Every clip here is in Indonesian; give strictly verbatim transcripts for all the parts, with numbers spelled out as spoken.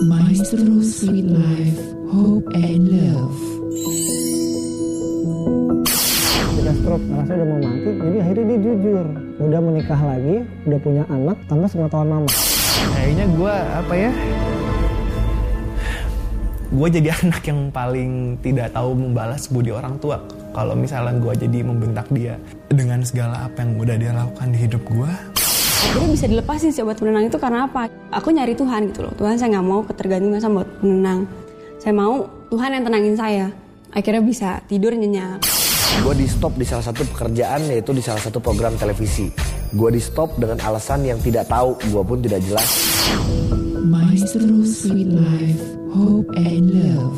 Maestro Sweet Life, Hope and Love. Ketika stroke, ngerasa udah mau mati, jadi akhirnya dia jujur. Udah menikah lagi, udah punya anak, tanpa sepengetahuan mama. Kayaknya gue apa ya, gue jadi anak yang paling tidak tahu membalas budi orang tua. Kalau misalnya gue jadi membentak dia dengan segala apa yang udah dia lakukan di hidup gue. Akhirnya bisa dilepasin sih obat penenang itu karena apa? Aku nyari Tuhan gitu loh. Tuhan, saya nggak mau ketergantungan sama obat penenang. Saya mau Tuhan yang tenangin saya. Akhirnya bisa tidur nyenyak. Gue di stop di salah satu pekerjaan, yaitu di salah satu program televisi. Gue di stop dengan alasan yang tidak tahu, gue pun tidak jelas. Maestro Sweet Life, Hope and Love.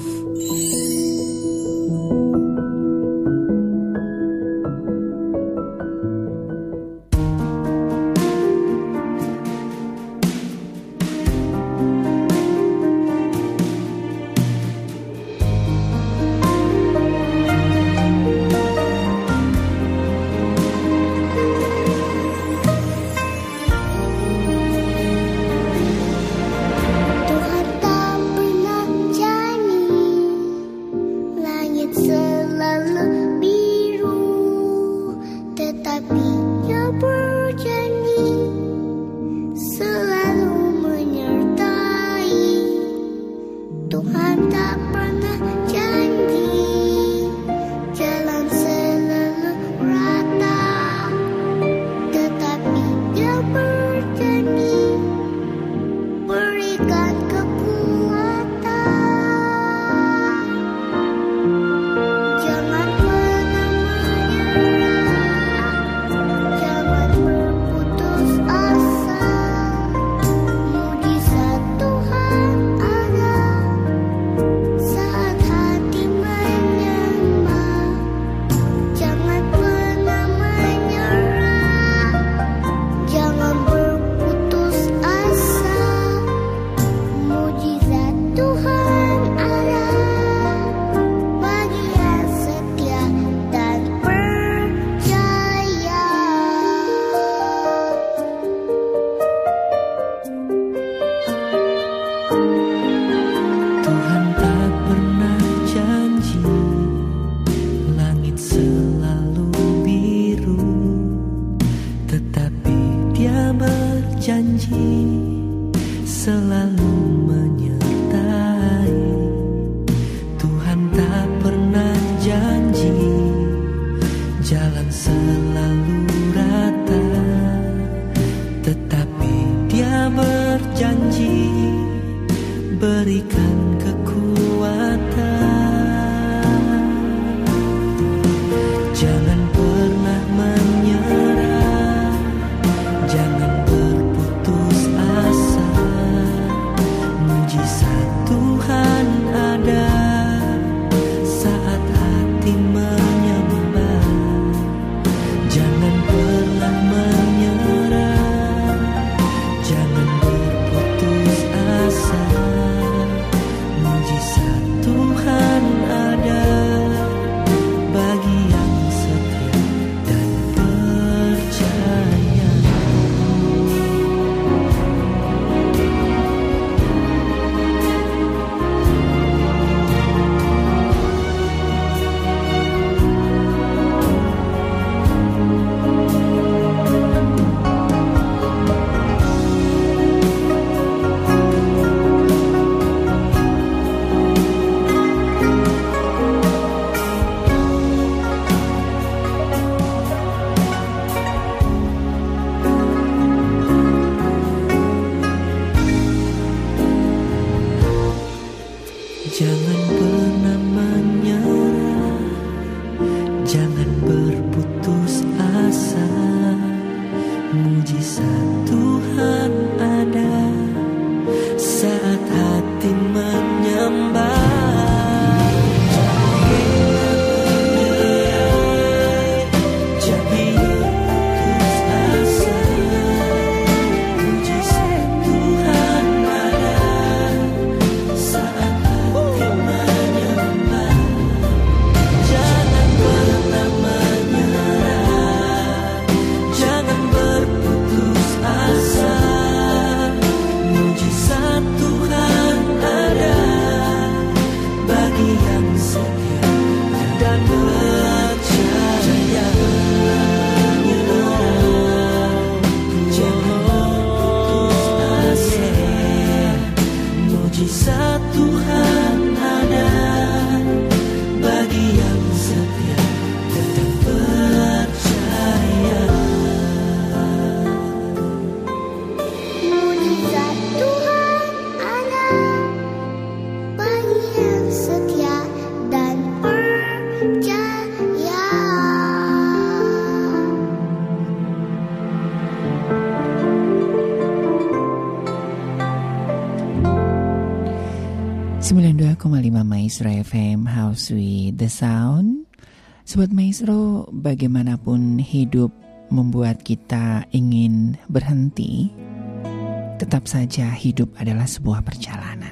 sembilan puluh dua koma lima Maestro F M, How Sweet the Sound. Sobat Maestro, bagaimanapun hidup membuat kita ingin berhenti, tetap saja hidup adalah sebuah perjalanan.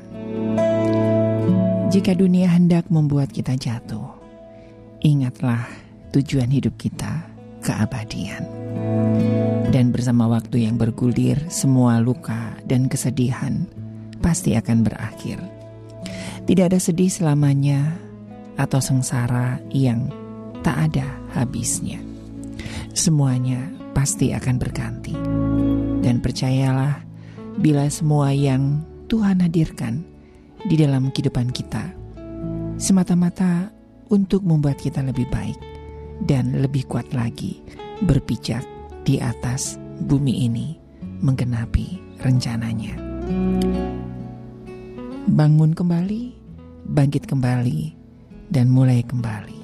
Jika dunia hendak membuat kita jatuh, ingatlah tujuan hidup kita, keabadian. Dan bersama waktu yang bergulir, semua luka dan kesedihan pasti akan berakhir. Tidak ada sedih selamanya atau sengsara yang tak ada habisnya. Semuanya pasti akan berganti. Dan percayalah, bila semua yang Tuhan hadirkan di dalam kehidupan kita semata-mata untuk membuat kita lebih baik dan lebih kuat lagi berpijak di atas bumi ini menggenapi rencananya. Bangun kembali, bangkit kembali, dan mulai kembali.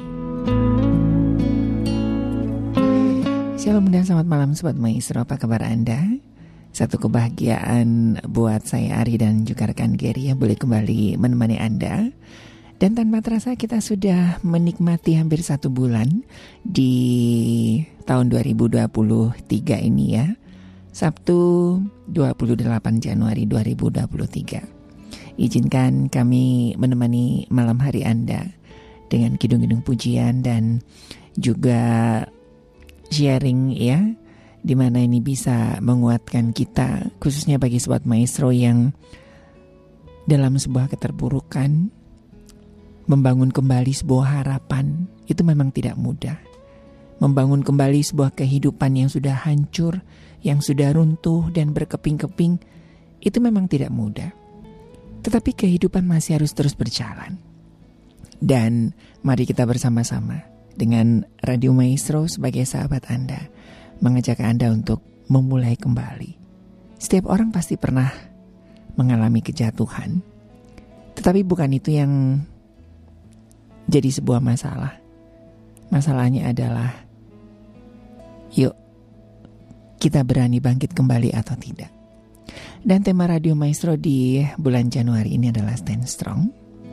Shalom dan selamat malam Sobat Maestro, apa kabar Anda? Satu kebahagiaan buat saya Ari dan juga rekan Gary yang boleh kembali menemani Anda. Dan tanpa terasa kita sudah menikmati hampir satu bulan di tahun dua ribu dua puluh tiga ini ya. Sabtu dua puluh delapan Januari dua ribu dua puluh tiga. Izinkan kami menemani malam hari Anda dengan kidung-kidung pujian dan juga sharing ya, di mana ini bisa menguatkan kita, khususnya bagi Sobat Maestro yang dalam sebuah keterpurukan, membangun kembali sebuah harapan itu memang tidak mudah. Membangun kembali sebuah kehidupan yang sudah hancur, yang sudah runtuh dan berkeping-keping, itu memang tidak mudah. Tetapi kehidupan masih harus terus berjalan. Dan mari kita bersama-sama dengan Radio Maestro sebagai sahabat Anda, mengajak Anda untuk memulai kembali. Setiap orang pasti pernah mengalami kejatuhan. Tetapi bukan itu yang jadi sebuah masalah. Masalahnya adalah, yuk kita berani bangkit kembali atau tidak. Dan tema Radio Maestro di bulan Januari ini adalah Stand Strong.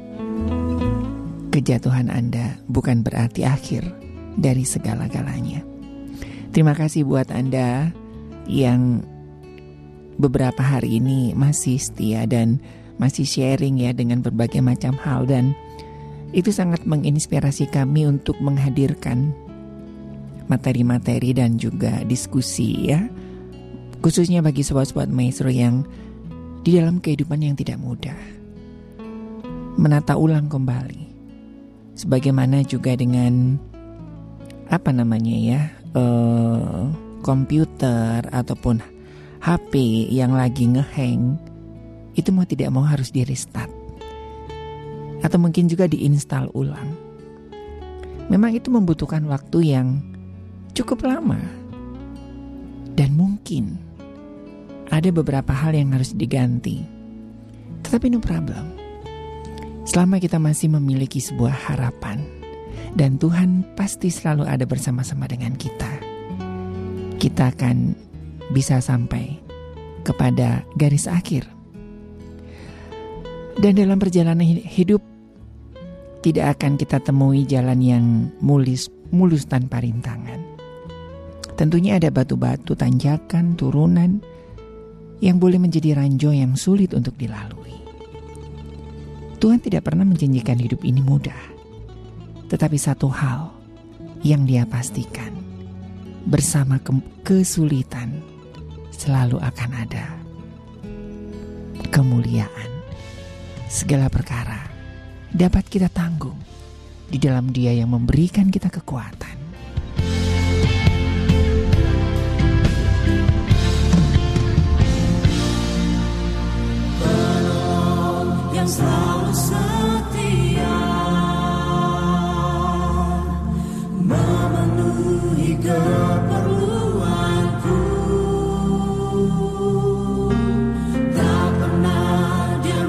Kejatuhan Anda bukan berarti akhir dari segala-galanya. Terima kasih buat Anda yang beberapa hari ini masih setia dan masih sharing ya dengan berbagai macam hal, dan itu sangat menginspirasi kami untuk menghadirkan materi-materi dan juga diskusi ya, khususnya bagi sobat-sobat Maestro yang di dalam kehidupan yang tidak mudah, menata ulang kembali. Sebagaimana juga dengan apa namanya ya, uh, komputer ataupun H P yang lagi ngehang, itu mau tidak mau harus di restart atau mungkin juga diinstal ulang. Memang itu membutuhkan waktu yang cukup lama, dan mungkin ada beberapa hal yang harus diganti. Tetapi no problem. Selama kita masih memiliki sebuah harapan, dan Tuhan pasti selalu ada bersama-sama dengan kita, kita akan bisa sampai kepada garis akhir. Dan dalam perjalanan hidup tidak akan kita temui jalan yang mulus, mulus tanpa rintangan. Tentunya ada batu-batu, tanjakan, turunan yang boleh menjadi ranjau yang sulit untuk dilalui. Tuhan tidak pernah menjanjikan hidup ini mudah. Tetapi satu hal yang Dia pastikan, bersama ke- kesulitan selalu akan ada kemuliaan. Segala perkara dapat kita tanggung di dalam Dia yang memberikan kita kekuatan. Penolong yang selalu setia, memenuhi keperluanku. Tak pernah Dia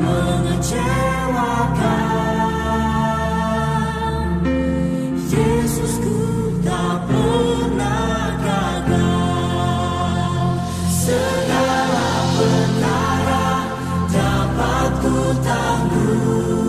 mengecewakan. Yesusku tak pernah gagal. Segala perkara dapat ku tanggung.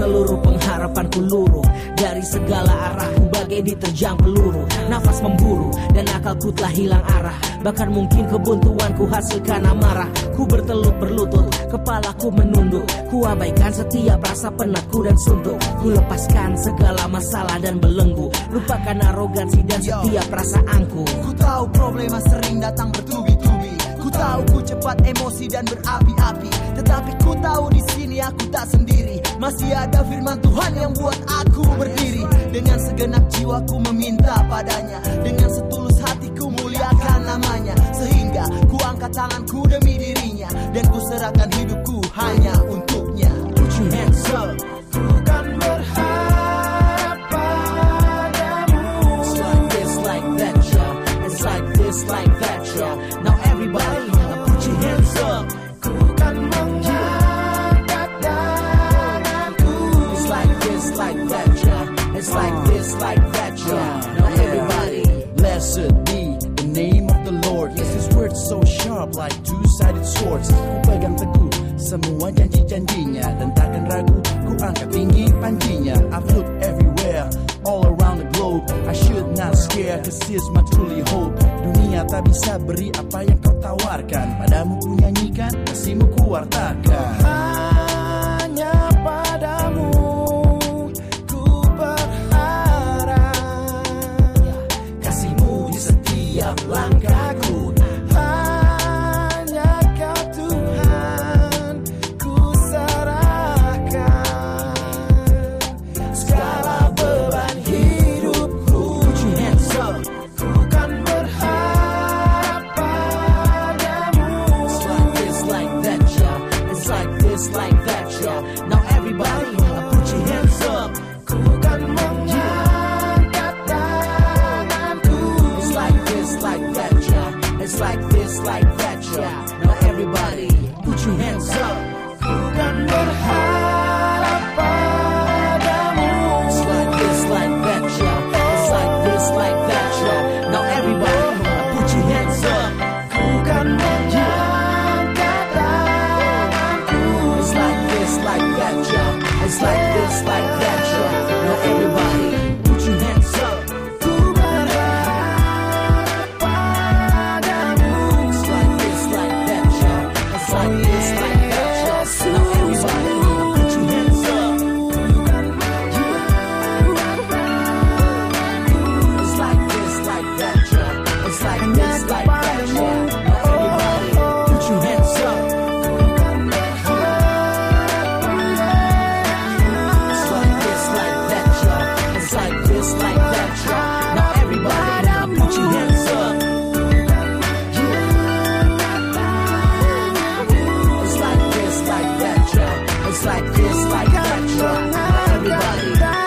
Seluruh pengharapanku luruh, dari segala arah ku bagai diterjang peluru. Nafas memburu dan akalku telah hilang arah. Bahkan mungkin kebuntuanku hasilkan amarah. Ku bertelut berlutut, kepalaku menunduk. Ku abaikan setiap rasa penatku dan suntuk. Ku lepaskan segala masalah dan belenggu. Lupakan arogansi dan setiap perasaanku. Ku tahu problema sering datang bertubi-tubi. Ku tahu ku cepat emosi dan berapi-api. Tetapi ku tahu di sini aku tak sendiri. Masih ada firman Tuhan yang buat aku berdiri. Dengan segenap jiwaku meminta padanya. Dengan setulus hatiku muliakan namanya. Sehingga ku angkat tanganku demi dirinya. Dan ku serahkan hidupku hanya untuknya. Put your hands up. Ku kan berharap padamu. It's like this, like that, yeah. It's like this, like that, yeah. Now everybody, put your hands up. Ku kan mengangkat tanganku. It's like this, like that, yeah. It's like this, like that, yeah. Now everybody, Blessed be the name of the Lord. Yes, His word so sharp like two-sided swords. Ku pegang teguh semua janji-janjinya dan takkan ragu. Ku angkat tinggi pancinya. I've looked everywhere, all around the globe. I should not scare, cause He's my truly hope. Dunia tak bisa beri apa yang kau tawarkan. Padamu ku nyanyikan, kasihmu ku wartakan. Hanya padamu ku berharap. kasihmu di setiap langkahku. Hanya Kau Tuhan ku serahkan segala beban hidupku. Put your hands up. Ku kan berharap padamu. It's like this, like that, yeah. It's like this, like that, yeah. Now everybody, put your hands up. Ku kan mengangkat tanganku. It's like this, like that, yeah. It's like this, like that, yeah. Now everybody, put your hands up. Ku kan berharap padamu. It's like this, like that, yeah. It's like this, like that, yeah. Now everybody, put your hands up. Ku kan mengangkat tanganku. It's like this, like that, yeah. It's like this, like that, yeah. Now everybody, put your hands up. Ku berharap padamu. It's like this, like that, yeah. It's like this, like that, yeah. Now everybody, put your hands up. It's like this, like that, yeah. It's like this, like that, yeah. Now everybody, put your hands up. It's like this, like that, yeah. It's like this, like that, yeah. Now everybody, put your hands up. It's like this, like that, yeah. It's like this, like that, yeah. Now everybody.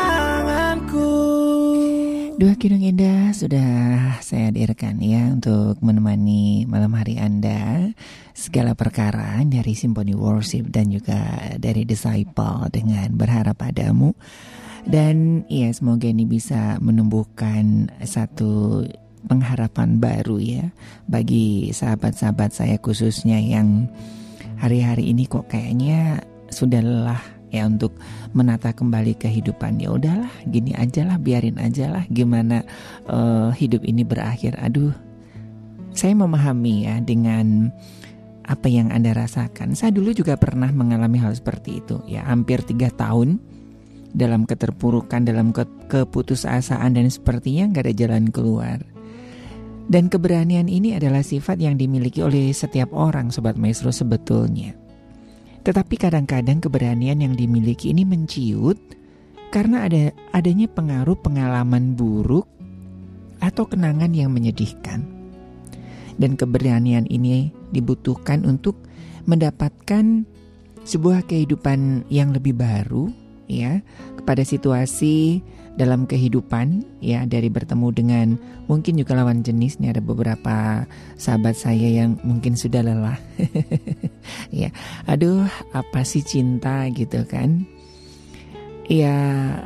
Dua Kidung Indah sudah saya hadirkan ya untuk menemani malam hari Anda. Segala perkara dari Symphony Worship dan juga dari Disciple dengan Berharap Padamu. Dan ya semoga ini bisa menumbuhkan satu pengharapan baru ya bagi sahabat-sahabat saya khususnya yang hari-hari ini kok kayaknya sudah lelah ya untuk menata kembali kehidupan. Ya udahlah, gini aja lah, biarin aja lah gimana uh, hidup ini berakhir. Aduh, saya memahami ya dengan apa yang Anda rasakan. Saya dulu juga pernah mengalami hal seperti itu ya, hampir tiga tahun dalam keterpurukan, dalam ke- keputusasaan dan sepertinya gak ada jalan keluar. Dan keberanian ini adalah sifat yang dimiliki oleh setiap orang, Sobat Maestro sebetulnya. Tetapi kadang-kadang keberanian yang dimiliki ini menciut karena ada adanya pengaruh pengalaman buruk atau kenangan yang menyedihkan. Dan keberanian ini dibutuhkan untuk mendapatkan sebuah kehidupan yang lebih baru ya kepada situasi dalam kehidupan ya, dari bertemu dengan mungkin juga lawan jenis. Nih ada beberapa sahabat saya yang mungkin sudah lelah. Ya, aduh apa sih cinta gitu kan. Ya,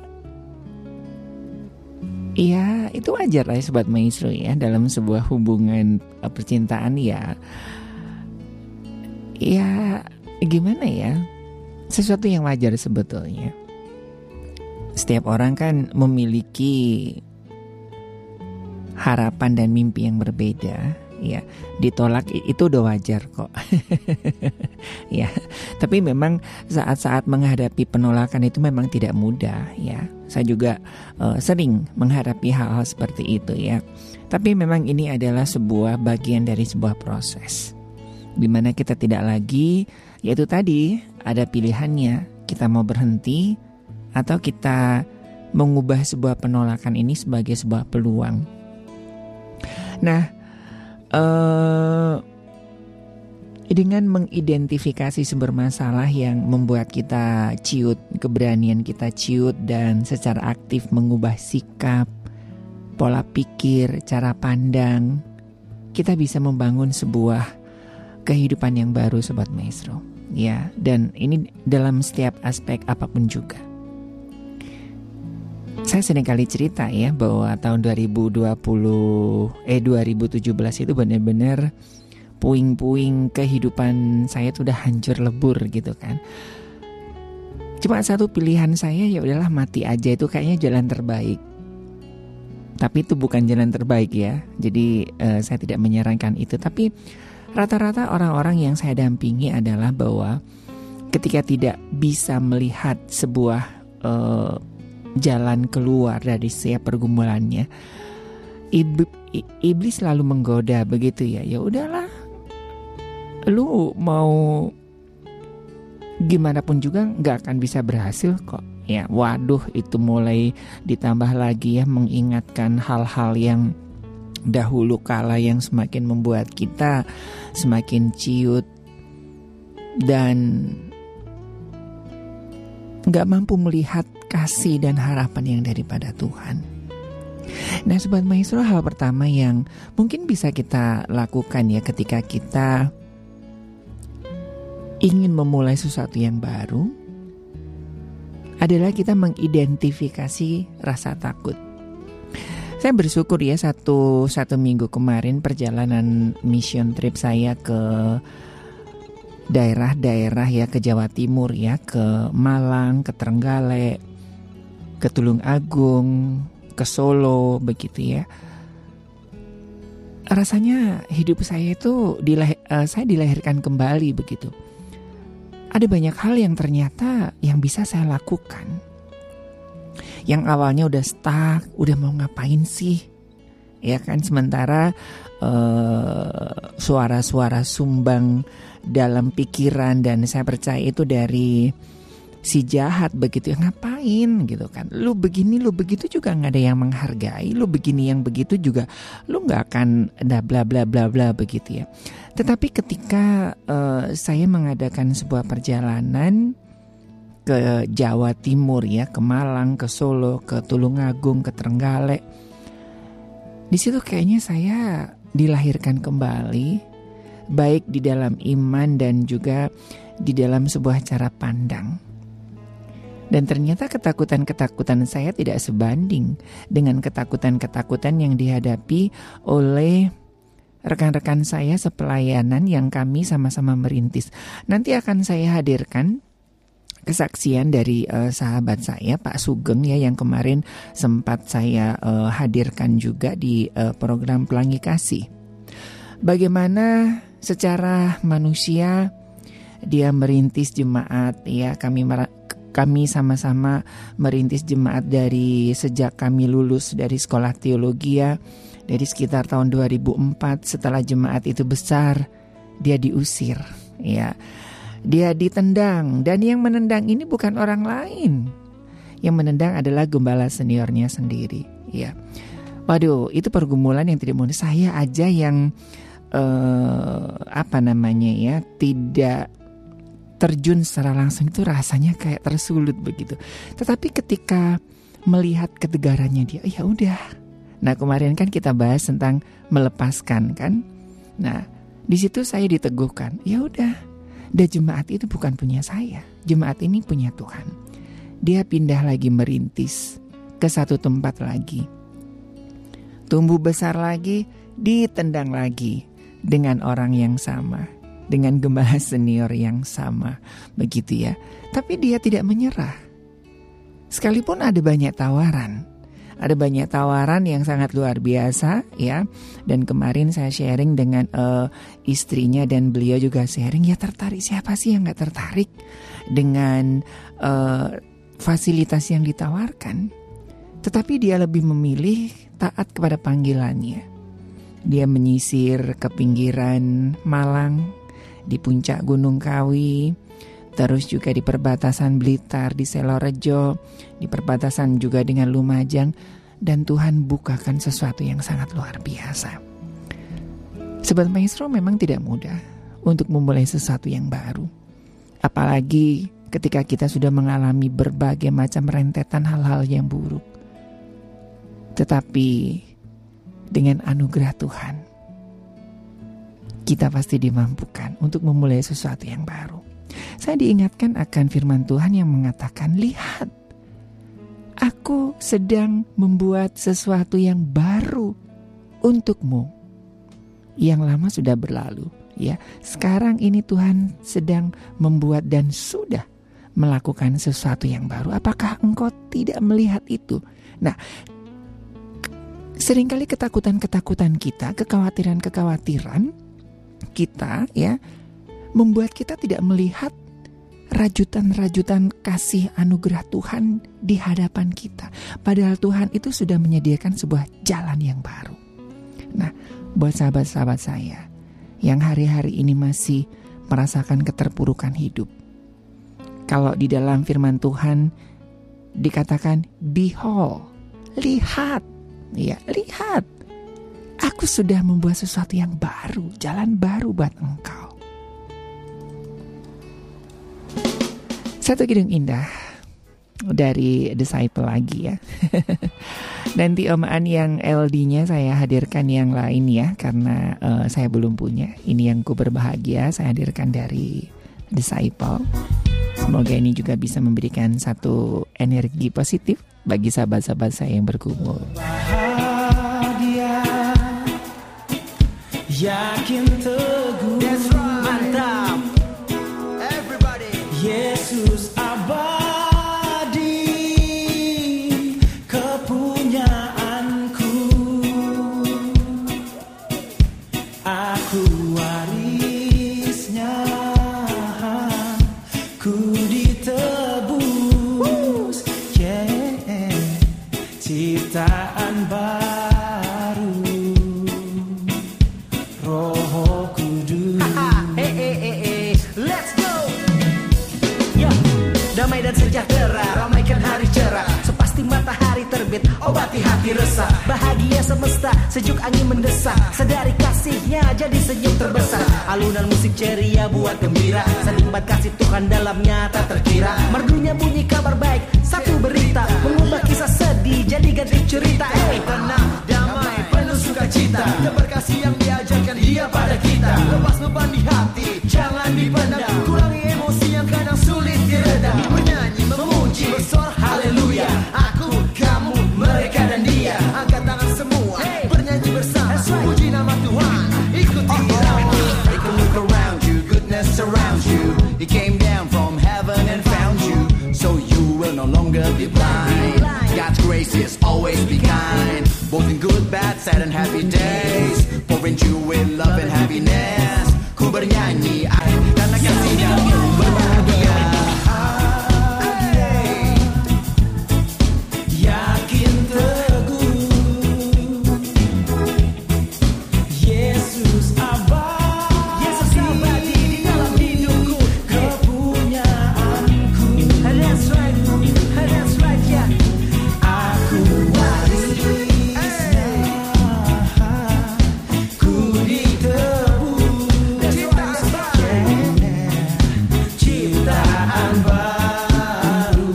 ya itu wajar lah ya Sobat Maestro ya, dalam sebuah hubungan uh, percintaan ya. Ya gimana ya, sesuatu yang wajar sebetulnya. Setiap orang kan memiliki harapan dan mimpi yang berbeda, ya. Ditolak itu udah wajar kok. Ya. Tapi memang saat-saat menghadapi penolakan itu memang tidak mudah, ya. Saya juga uh, sering menghadapi hal-hal seperti itu, ya. Tapi memang ini adalah sebuah bagian dari sebuah proses, di mana kita tidak lagi, yaitu tadi ada pilihannya, kita mau berhenti atau kita mengubah sebuah penolakan ini sebagai sebuah peluang. Nah, eh, dengan mengidentifikasi sumber masalah yang membuat kita ciut, keberanian kita ciut dan secara aktif mengubah sikap, pola pikir, cara pandang, kita bisa membangun sebuah kehidupan yang baru, Sobat Maestro. Ya, dan ini dalam setiap aspek apapun juga. Saya sering kali cerita ya bahwa tahun dua ribu dua puluh eh dua ribu tujuh belas itu benar-benar puing-puing kehidupan saya tuh udah hancur lebur gitu kan. Cuma satu pilihan saya, ya udahlah mati aja, itu kayaknya jalan terbaik. Tapi itu bukan jalan terbaik ya. Jadi eh, saya tidak menyarankan itu, tapi rata-rata orang-orang yang saya dampingi adalah bahwa ketika tidak bisa melihat sebuah eh, jalan keluar dari setiap pergumulannya, ib- iblis selalu menggoda begitu ya. Ya udahlah, lu mau gimana pun juga nggak akan bisa berhasil kok. Ya, waduh, itu mulai ditambah lagi ya mengingatkan hal-hal yang dahulu kala yang semakin membuat kita semakin ciut dan gak mampu melihat kasih dan harapan yang daripada Tuhan. Nah, Sobat Maestro, hal pertama yang mungkin bisa kita lakukan ya ketika kita ingin memulai sesuatu yang baru adalah kita mengidentifikasi rasa takut. Saya bersyukur ya satu satu minggu kemarin perjalanan mission trip saya ke daerah-daerah ya, ke Jawa Timur ya, ke Malang, ke Trenggalek, ke Tulung Agung, ke Solo begitu ya. Rasanya hidup saya itu dilahir, uh, saya dilahirkan kembali begitu. Ada banyak hal yang ternyata yang bisa saya lakukan. Yang awalnya udah stuck, udah mau ngapain sih? Ya kan, sementara uh, suara-suara sumbang dalam pikiran dan saya percaya itu dari si jahat begitu ya, ngapain gitu kan, lu begini lu begitu juga nggak ada yang menghargai, lu begini yang begitu juga lu nggak akan ada bla bla bla bla begitu ya. Tetapi ketika uh, saya mengadakan sebuah perjalanan ke Jawa Timur ya, ke Malang, ke Solo, ke Tulung Agung, ke Trenggalek, di situ kayaknya saya dilahirkan kembali, baik di dalam iman dan juga di dalam sebuah cara pandang. Dan ternyata ketakutan-ketakutan saya tidak sebanding dengan ketakutan-ketakutan yang dihadapi oleh rekan-rekan saya sepelayanan yang kami sama-sama merintis. Nanti akan saya hadirkan kesaksian dari uh, sahabat saya Pak Sugeng ya, yang kemarin sempat saya uh, hadirkan juga di uh, program Pelangi Kasih. Bagaimana secara manusia dia merintis jemaat ya, kami mer- kami sama-sama merintis jemaat dari sejak kami lulus dari sekolah teologi ya, dari sekitar tahun dua ribu empat. Setelah jemaat itu besar, dia diusir ya. Dia ditendang, dan yang menendang ini bukan orang lain. Yang menendang adalah gembala seniornya sendiri ya. Waduh, itu pergumulan yang tidak mudah. Saya aja yang eh, apa namanya ya, tidak terjun secara langsung itu rasanya kayak tersulut begitu. Tetapi ketika melihat ketegarannya dia, ya udah. Nah, kemarin kan kita bahas tentang melepaskan kan. Nah, di situ saya diteguhkan, ya udah. Dan jemaat itu bukan punya saya. Jemaat ini punya Tuhan. Dia pindah lagi merintis ke satu tempat lagi. Tumbuh besar lagi, ditendang lagi dengan orang yang sama, dengan gembala senior yang sama, begitu ya. Tapi dia tidak menyerah. Sekalipun ada banyak tawaran, ada banyak tawaran yang sangat luar biasa ya. Dan kemarin saya sharing dengan uh, istrinya dan beliau juga sharing, ya tertarik, siapa sih yang gak tertarik dengan uh, fasilitas yang ditawarkan. Tetapi dia lebih memilih taat kepada panggilannya. Dia menyisir ke pinggiran Malang, di puncak Gunung Kawi, terus juga di perbatasan Blitar, di Selorejo, di perbatasan juga dengan Lumajang, dan Tuhan bukakan sesuatu yang sangat luar biasa. Sobat Maestro, memang tidak mudah untuk memulai sesuatu yang baru. Apalagi ketika kita sudah mengalami berbagai macam rentetan hal-hal yang buruk. Tetapi dengan anugerah Tuhan, kita pasti dimampukan untuk memulai sesuatu yang baru. Saya diingatkan akan firman Tuhan yang mengatakan, lihat, aku sedang membuat sesuatu yang baru untukmu. Yang lama sudah berlalu, ya. Sekarang ini Tuhan sedang membuat dan sudah melakukan sesuatu yang baru. Apakah engkau tidak melihat itu? Nah, seringkali ketakutan-ketakutan kita, kekhawatiran-kekhawatiran kita ya, membuat kita tidak melihat rajutan-rajutan kasih anugerah Tuhan di hadapan kita. Padahal Tuhan itu sudah menyediakan sebuah jalan yang baru. Nah, buat sahabat-sahabat saya yang hari-hari ini masih merasakan keterpurukan hidup, kalau di dalam firman Tuhan dikatakan, behold, lihat, ya, lihat, aku sudah membuat sesuatu yang baru, jalan baru buat engkau. Satu kidung indah dari Disciple lagi ya. Nanti omongan yang L D-nya saya hadirkan yang lain ya, karena uh, saya belum punya. Ini yang ku berbahagia, saya hadirkan dari Disciple. Semoga ini juga bisa memberikan satu energi positif bagi sahabat-sahabat saya yang bergumul. Bahagia, yakin teguh, That's right. mantap. Everybody. Yesus abadi, kepunyaanku. Aku warisnya, ku ditebus, yeah, ciptaan baru, Roh Kudus. Hey, hey, hey, hey, let's go. Ya, damai dan sejahtera, ramaikan hari cerah. Sepasti matahari terbit, obati hati resah. Bahagia semesta, sejuk angin mendesak. Sedari kasihnya jadi senyum terbesar. Alunan musik ceria buat gembira. Selimbat kasih Tuhan dalamnya tak terkira. Merdunya bunyi kabar baik, satu berita. Mengubah kisah sedih jadi ganti cerita. Hey, Tenang, damai, penuh sukacita. Tebar kasih yang diajarkan Dia pada kita. Lepas beban di hati, jangan dipendam. Kurangi emosi yang kadang sulit diredam. Menyanyi, memuji, bersorak haleluya. Aku, kamu, mereka dan dia. Angkat tangan semua, bernyanyi bersama. Puji nama Tuhan, ikuti irama. Take a look around you, goodness surrounds you. He came down from heaven and found you, so you will no longer be blind. God's grace is always be kind, both in good, bad, sad and happy days. Pouring you with love and happiness. Ku bernyanyi, ay, karena kasihnya ku berbahagia. Yakin teguh, Yesus abadi, Yesus abadi di dalam hidupku. kepunyaanku. That's right, that's right, yeah. Aku warisnya, ku ditebus, ciptaan baru,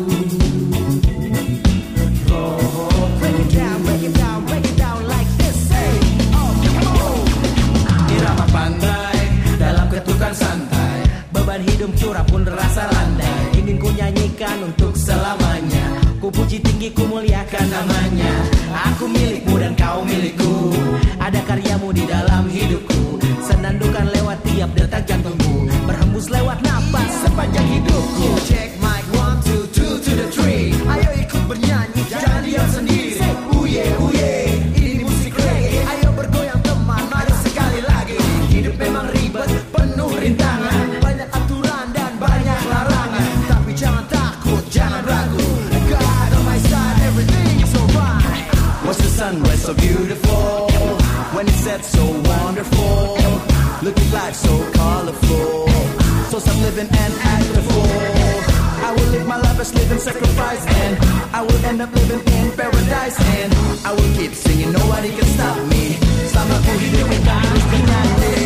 Roh. Break it down, break it down, break it down like this. Hey, oh, oh. Irama pandai dalam ketukan santai, Beban hidup curah pun rasa landai. Ingin ku nyanyikan untuk selamanya. Ku puji tinggi, ku muliakan namanya. Aku milikmu dan kau milikku. Ada karyamu di dalam hidupku. Senandungkan lewat tiap detak jantungku. Berhembus lewat napas sepanjang hidupku. Check mic one two two to the three. Ayo ikut sunrise so beautiful, when it sets so wonderful, look at life so colorful. So stop living and act the fool. I will live my life as living sacrifice, and I will end up living in paradise, and I will keep singing, nobody can stop me. Selama ku hidup engkau terus menyanyi.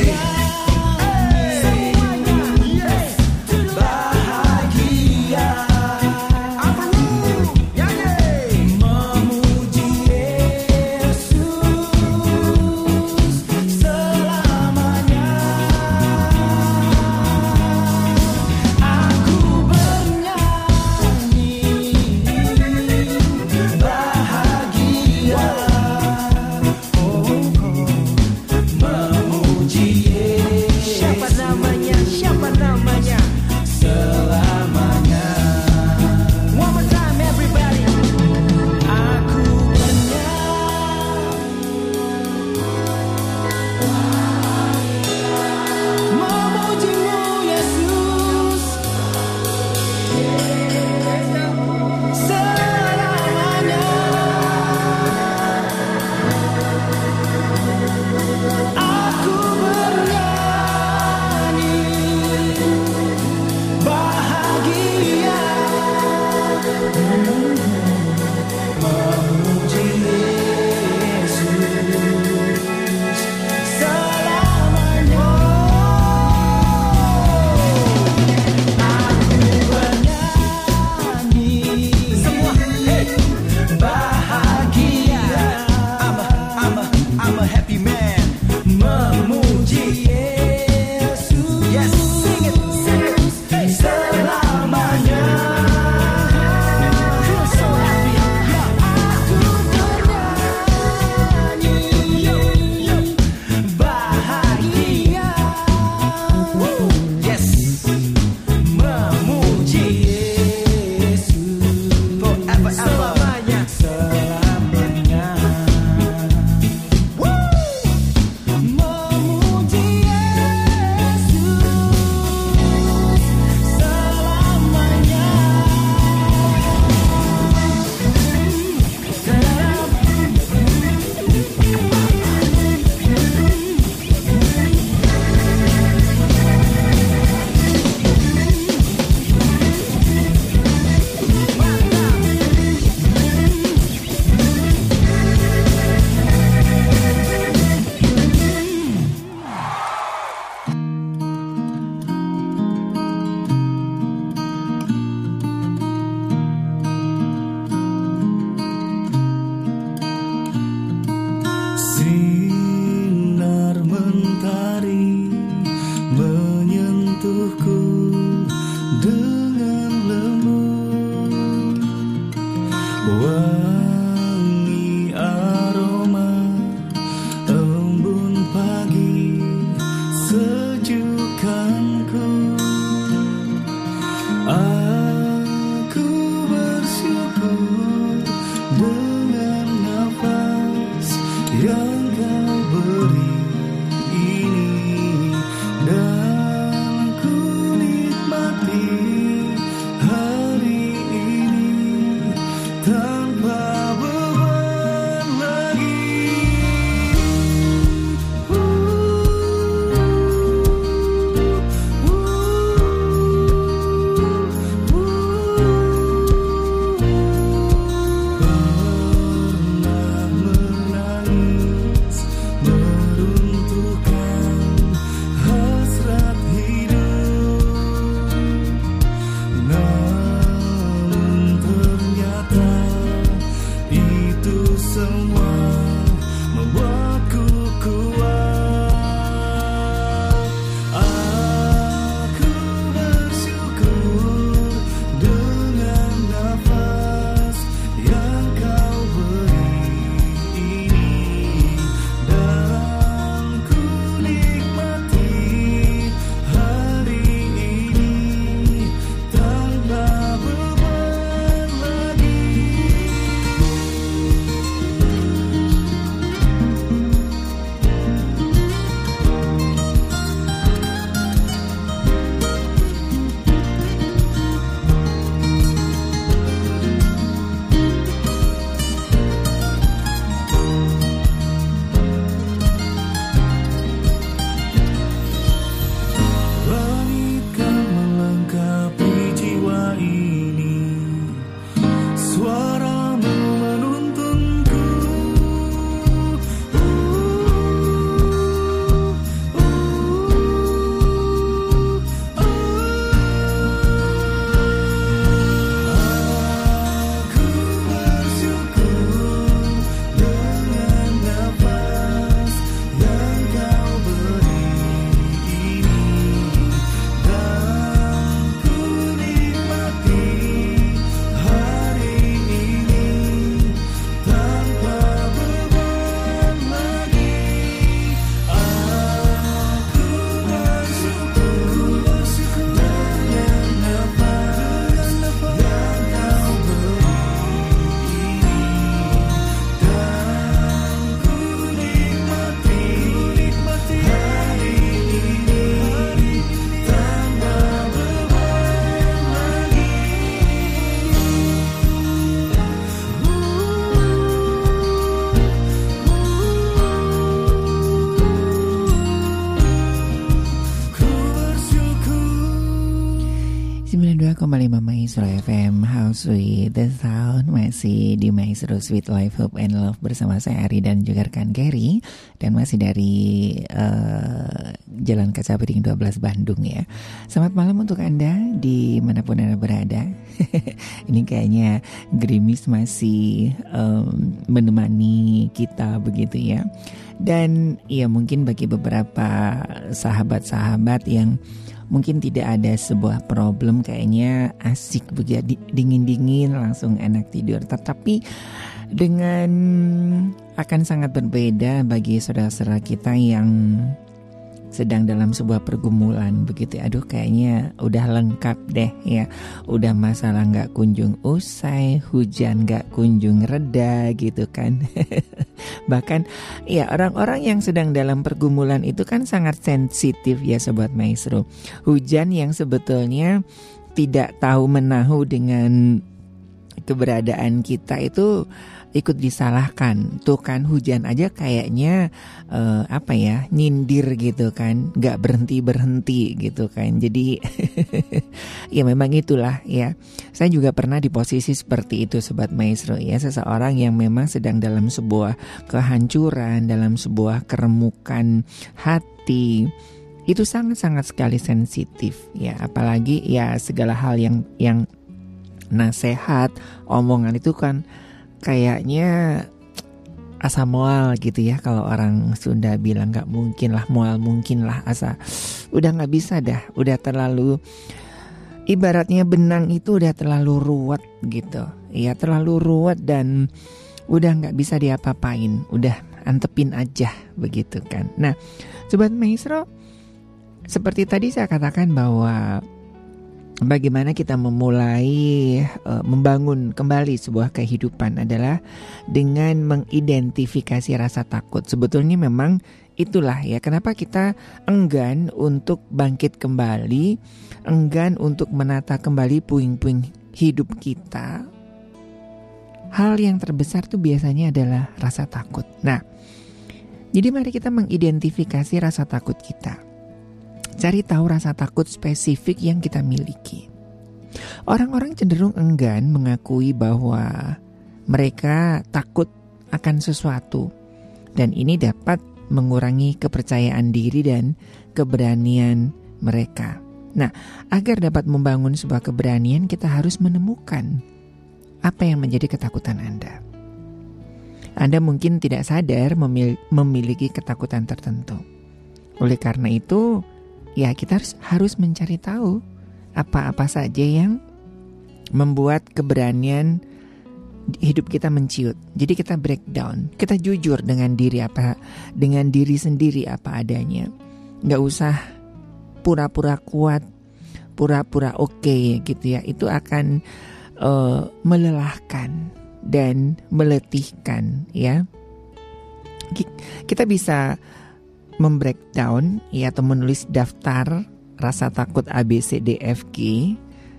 Sweet the Sound, masih di Maestro Sweet Life, Hope and Love bersama saya Ari dan juga rekan Gary. Dan masih dari uh, Jalan Kaca Piring dua belas Bandung ya. Selamat malam untuk Anda dimanapun Anda berada. Ini kayaknya gerimis masih um, menemani kita begitu ya. Dan ya mungkin bagi beberapa sahabat-sahabat yang mungkin tidak ada sebuah problem, kayaknya asik begitu, dingin-dingin langsung enak tidur. Tetapi dengan akan sangat berbeda bagi saudara-saudara kita yang sedang dalam sebuah pergumulan begitu. Aduh kayaknya udah lengkap deh ya. Udah masalah gak kunjung usai, hujan gak kunjung reda gitu kan. Bahkan ya orang-orang yang sedang dalam pergumulan itu kan sangat sensitif ya Sobat Maestro. Hujan yang sebetulnya tidak tahu menahu dengan keberadaan kita itu ikut disalahkan. Tuh kan hujan aja kayaknya uh, apa ya, nyindir gitu kan, gak berhenti-berhenti gitu kan. Jadi ya memang itulah ya. Saya juga pernah di posisi seperti itu Sobat Maestro ya. Seseorang yang memang sedang dalam sebuah kehancuran, dalam sebuah keremukan hati. Itu sangat-sangat sekali sensitif ya. Apalagi ya segala hal yang yang nasihat, omongan itu kan kayaknya asa mual gitu ya. Kalau orang Sunda bilang gak mungkin lah, mual mungkin lah, asa udah gak bisa dah, udah terlalu, ibaratnya benang itu udah terlalu ruwet gitu ya, terlalu ruwet dan udah gak bisa diapa-apain, udah antepin aja begitu kan. Nah Sobat Maestro, seperti tadi saya katakan bahwa bagaimana kita memulai uh, membangun kembali sebuah kehidupan adalah dengan mengidentifikasi rasa takut. Sebetulnya memang itulah ya kenapa kita enggan untuk bangkit kembali, enggan untuk menata kembali puing-puing hidup kita. Hal yang terbesar tuh biasanya adalah rasa takut. Nah, jadi mari kita mengidentifikasi rasa takut kita. Cari tahu rasa takut spesifik yang kita miliki. Orang-orang cenderung enggan mengakui bahwa mereka takut akan sesuatu. Dan ini dapat mengurangi kepercayaan diri dan keberanian mereka. Nah, agar dapat membangun sebuah keberanian, kita harus menemukan apa yang menjadi ketakutan Anda. Anda mungkin tidak sadar memil- memiliki ketakutan tertentu. Oleh karena itu, ya kita harus, harus mencari tahu apa-apa saja yang membuat keberanian hidup kita menciut. Jadi kita breakdown, kita jujur dengan diri apa, dengan diri sendiri apa adanya. Gak usah pura-pura kuat, pura-pura oke okay, gitu ya. Itu akan uh, melelahkan dan meletihkan ya. Kita bisa membreakdown ya, atau menulis daftar rasa takut A B C D F G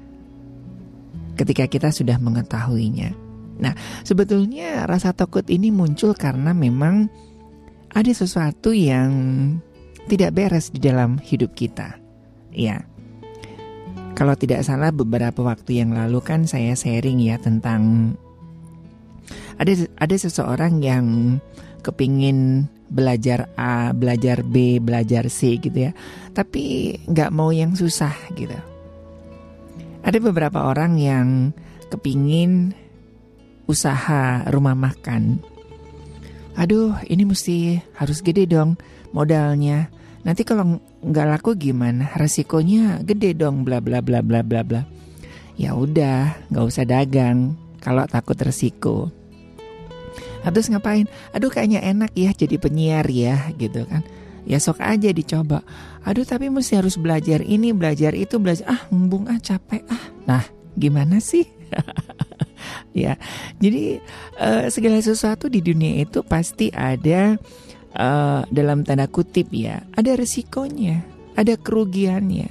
ketika kita sudah mengetahuinya. Nah, sebetulnya rasa takut ini muncul karena memang ada sesuatu yang tidak beres di dalam hidup kita. Ya. Kalau tidak salah beberapa waktu yang lalu kan saya sharing ya tentang ada ada seseorang yang kepingin belajar A, belajar B, belajar C gitu ya. Tapi gak mau yang susah gitu. Ada beberapa orang yang kepingin usaha rumah makan. Aduh ini mesti harus gede dong modalnya. Nanti kalau gak laku gimana? Resikonya gede dong bla bla bla bla bla bla. Ya udah gak usah dagang kalau takut resiko. Terus ngapain? Aduh kayaknya enak ya jadi penyiar ya gitu kan. Ya sok aja dicoba. Aduh tapi mesti harus belajar ini, belajar itu, belajar. Ah ngembung ah capek ah. Nah gimana sih? Ya jadi uh, segala sesuatu di dunia itu pasti ada uh, dalam tanda kutip ya. Ada resikonya, ada kerugiannya.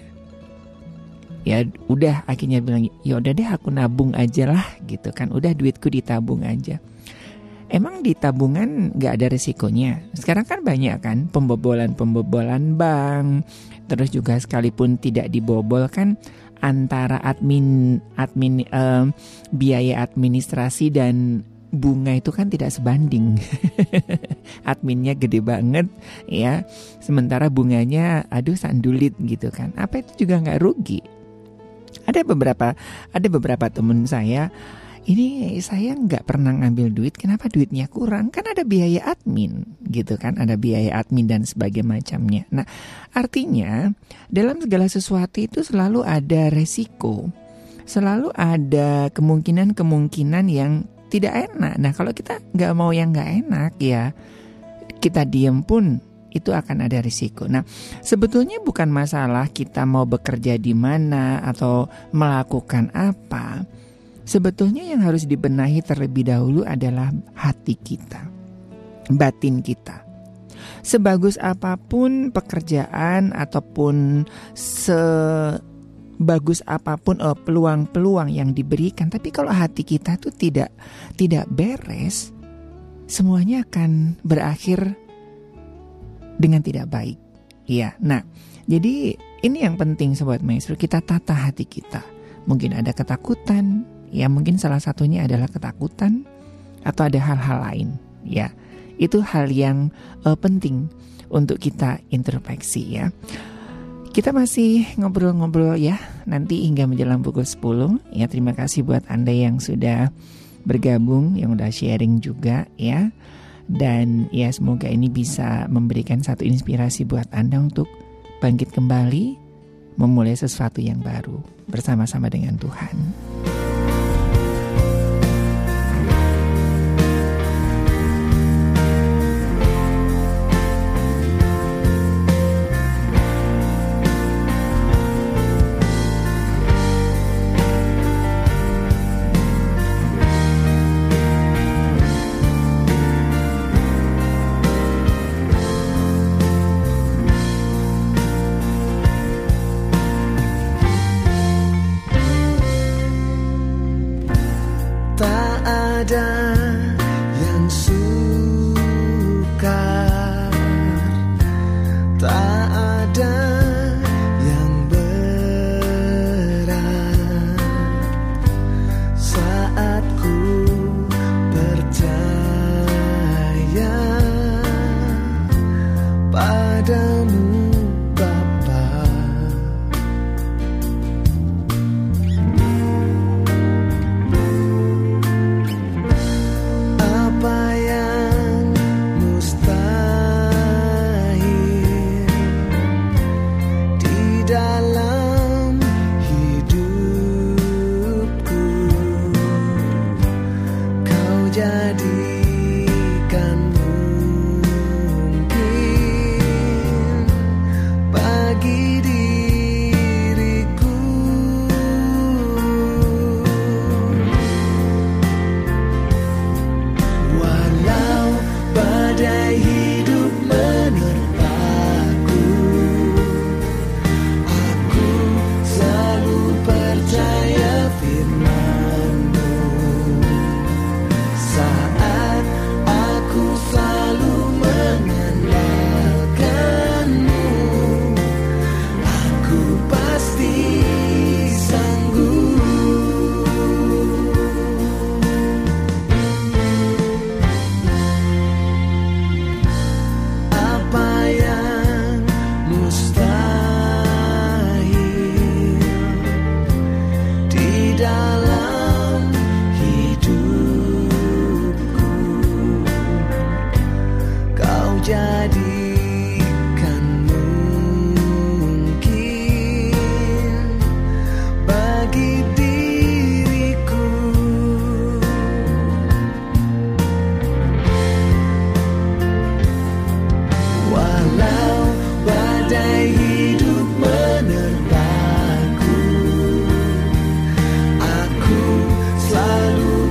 Ya udah akhirnya bilang ya udah deh aku nabung aja lah gitu kan. Udah duitku ditabung aja. Emang di tabungan gak ada resikonya? Sekarang kan banyak kan pembobolan-pembobolan bank. Terus juga sekalipun tidak dibobol kan antara admin admin eh, biaya administrasi dan bunga itu kan tidak sebanding. Adminnya gede banget ya, sementara bunganya aduh sandulit gitu kan. Apa itu juga nggak rugi? Ada beberapa ada beberapa temen saya, ini saya nggak pernah ngambil duit, kenapa duitnya kurang? Kan ada biaya admin gitu kan, ada biaya admin dan sebagainya macamnya. Nah, artinya dalam segala sesuatu itu selalu ada resiko, selalu ada kemungkinan-kemungkinan yang tidak enak. Nah, kalau kita nggak mau yang nggak enak ya, kita diem pun itu akan ada risiko. Nah, sebetulnya bukan masalah kita mau bekerja di mana atau melakukan apa. Sebetulnya yang harus dibenahi terlebih dahulu adalah hati kita, batin kita. Sebagus apapun pekerjaan ataupun sebagus apapun oh, peluang-peluang yang diberikan, tapi kalau hati kita tuh tidak tidak beres, semuanya akan berakhir dengan tidak baik. Ya, nah, jadi ini yang penting Sobat Maestro, kita tata hati kita. Mungkin ada ketakutan, ya mungkin salah satunya adalah ketakutan atau ada hal-hal lain. Ya, itu hal yang uh, penting untuk kita introspeksi ya. Kita masih ngobrol-ngobrol ya, nanti hingga menjelang pukul sepuluh. Ya, terima kasih buat Anda yang sudah bergabung, yang udah sharing juga ya. Dan ya semoga ini bisa memberikan satu inspirasi buat Anda untuk bangkit kembali, memulai sesuatu yang baru bersama-sama dengan Tuhan.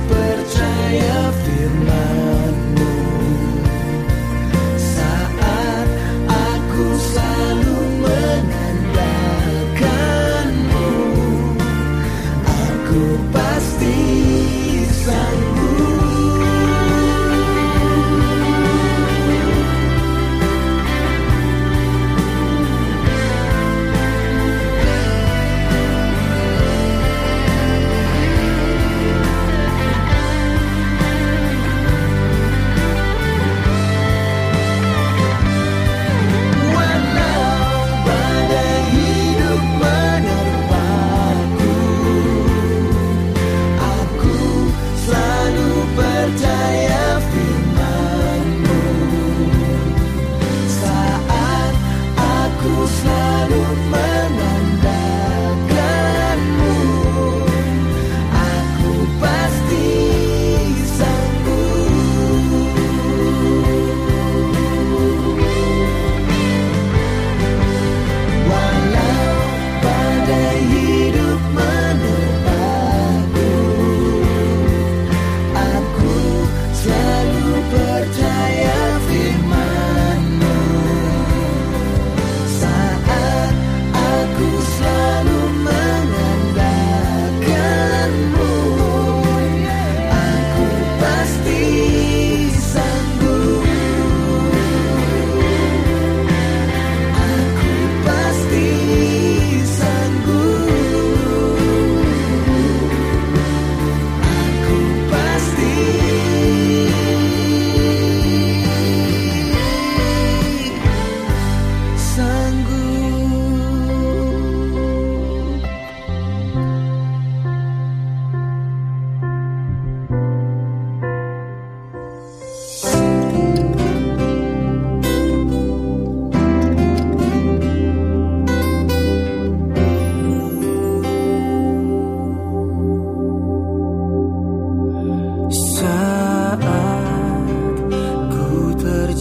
Saat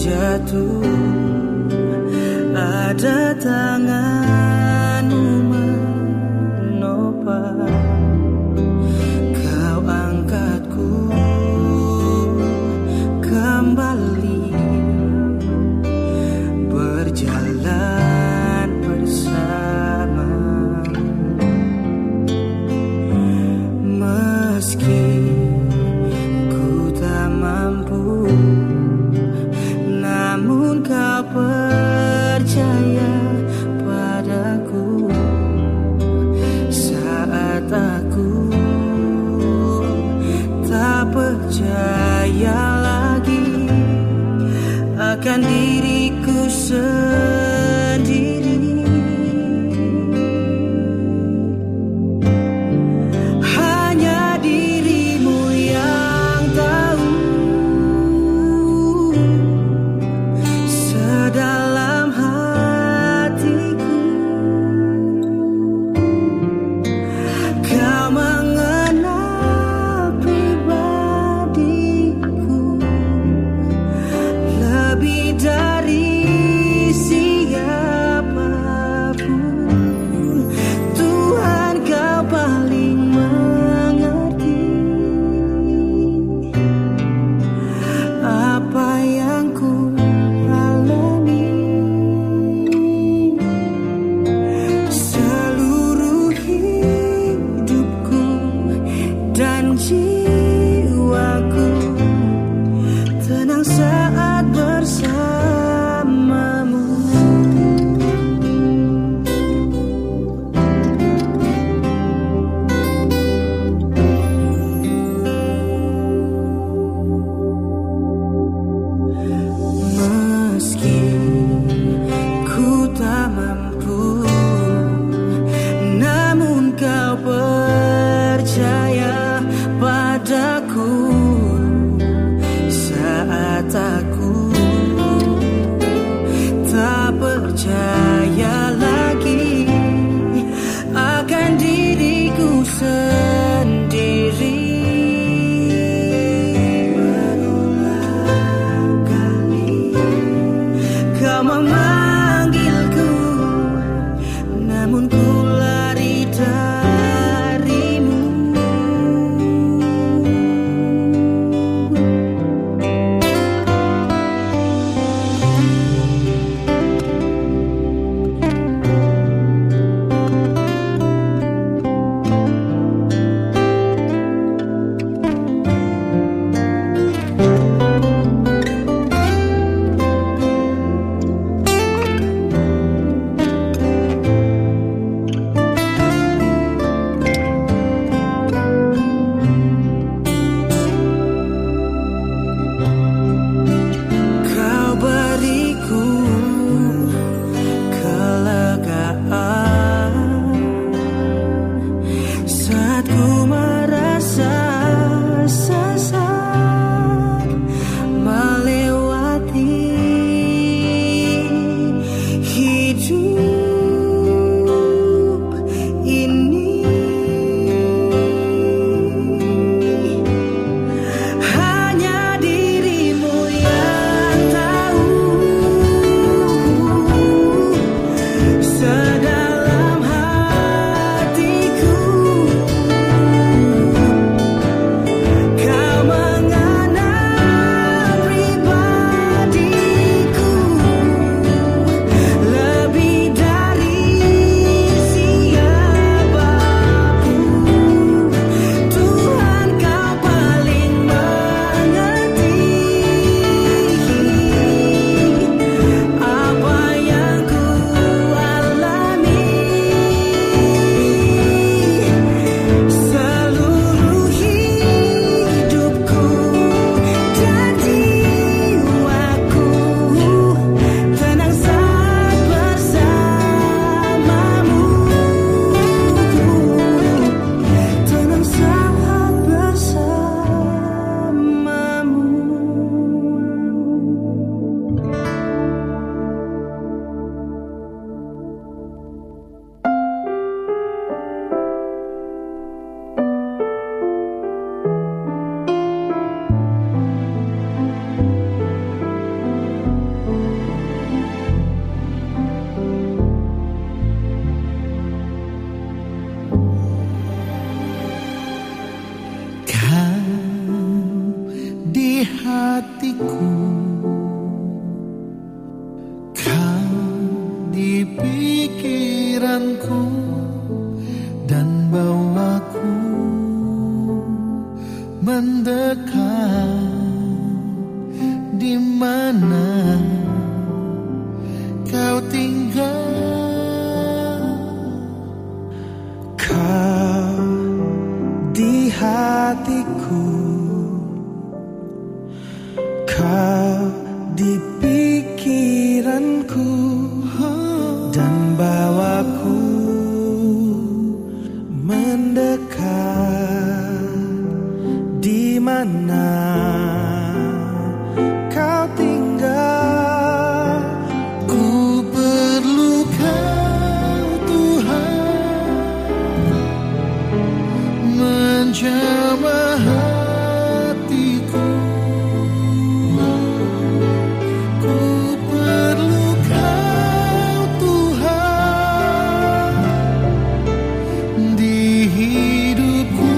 jatuh, ada tanganmu menopang. Kau angkatku kembali, berjalan bersama. Meski ku tak mampu, namun kau percaya padaku. Saat aku tak percaya lagi akan diriku sendiri, hanya dirimu yang tahu sedalam hatiku. Kau mengenal pribadiku lebih dari siapapun. Tuhan, kau paling mengerti apa yang ku alami. Seluruh hidupku dan jiwaku tenang saat bersamamu. Meski ku tak mampu, namun kau percaya padaku. Saat aku tak percaya lagi akan diriku sendiri, berulang kali kau memanggilku, namun ku lari darimu. pikiranku dan bawaku mendekat. Di mana kau tinggal? Kau di hatiku, kau di pikiranku dan bawaku mendekat. Di mana kau tinggal? Ku perlu kau Tuhan, menjamah hatiku. Ku perlu kau Tuhan di hidupku.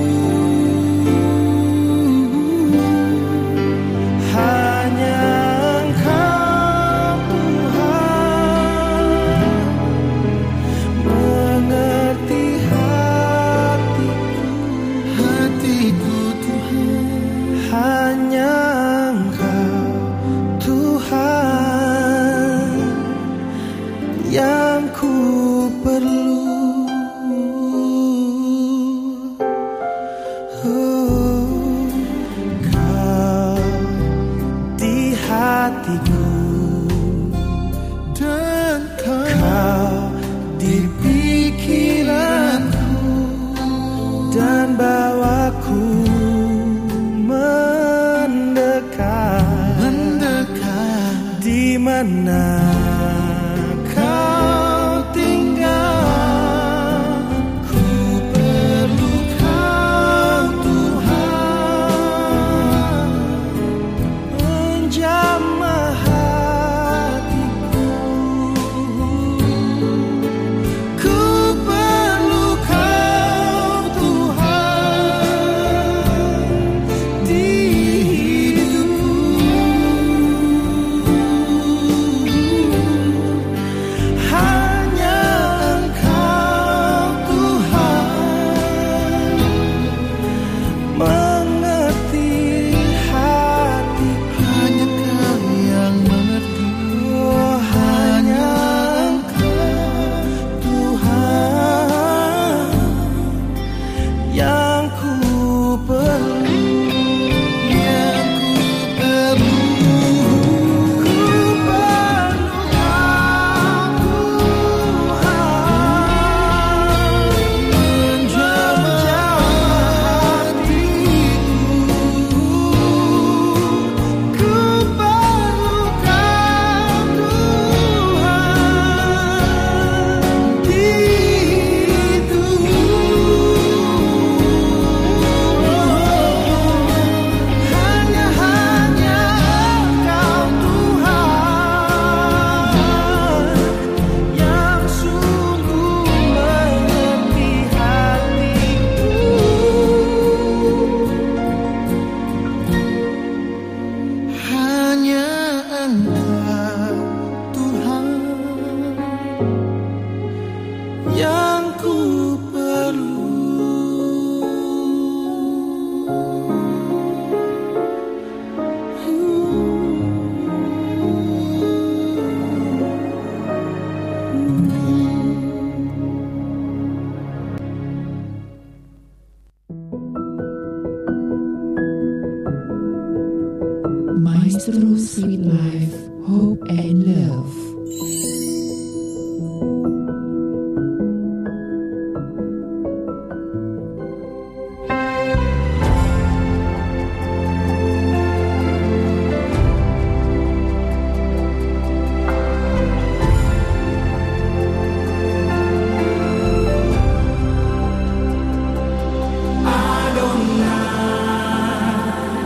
Maestro Sweet Life, Hope and Love.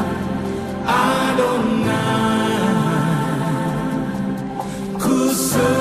So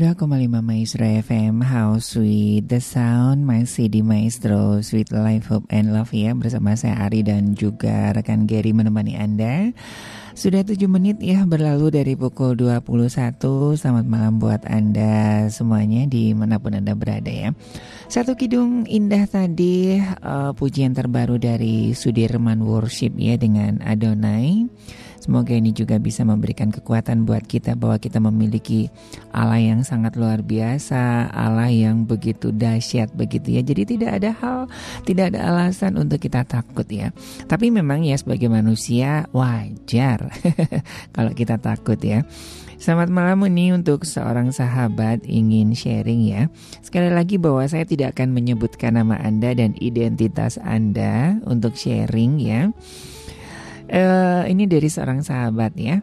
dua koma lima Maestro F M, How Sweet the Sound, masih di Maestro Sweet Life, Hope and Love ya, bersama saya Ari dan juga rekan Gary menemani Anda. Sudah tujuh menit ya berlalu dari pukul dua puluh satu. Selamat malam buat Anda semuanya dimanapun Anda berada ya. Satu kidung indah tadi, uh, pujian terbaru dari Sudirman Worship ya dengan Adonai. Semoga ini juga bisa memberikan kekuatan buat kita bahwa kita memiliki Allah yang sangat luar biasa, Allah yang begitu dahsyat begitu ya. Jadi tidak ada hal, tidak ada alasan untuk kita takut ya. Tapi memang ya sebagai manusia wajar kalau kita takut ya. Selamat malam ini untuk seorang sahabat ingin sharing ya. Sekali lagi bahwa saya tidak akan menyebutkan nama Anda dan identitas Anda untuk sharing ya. Uh, ini dari seorang sahabat ya.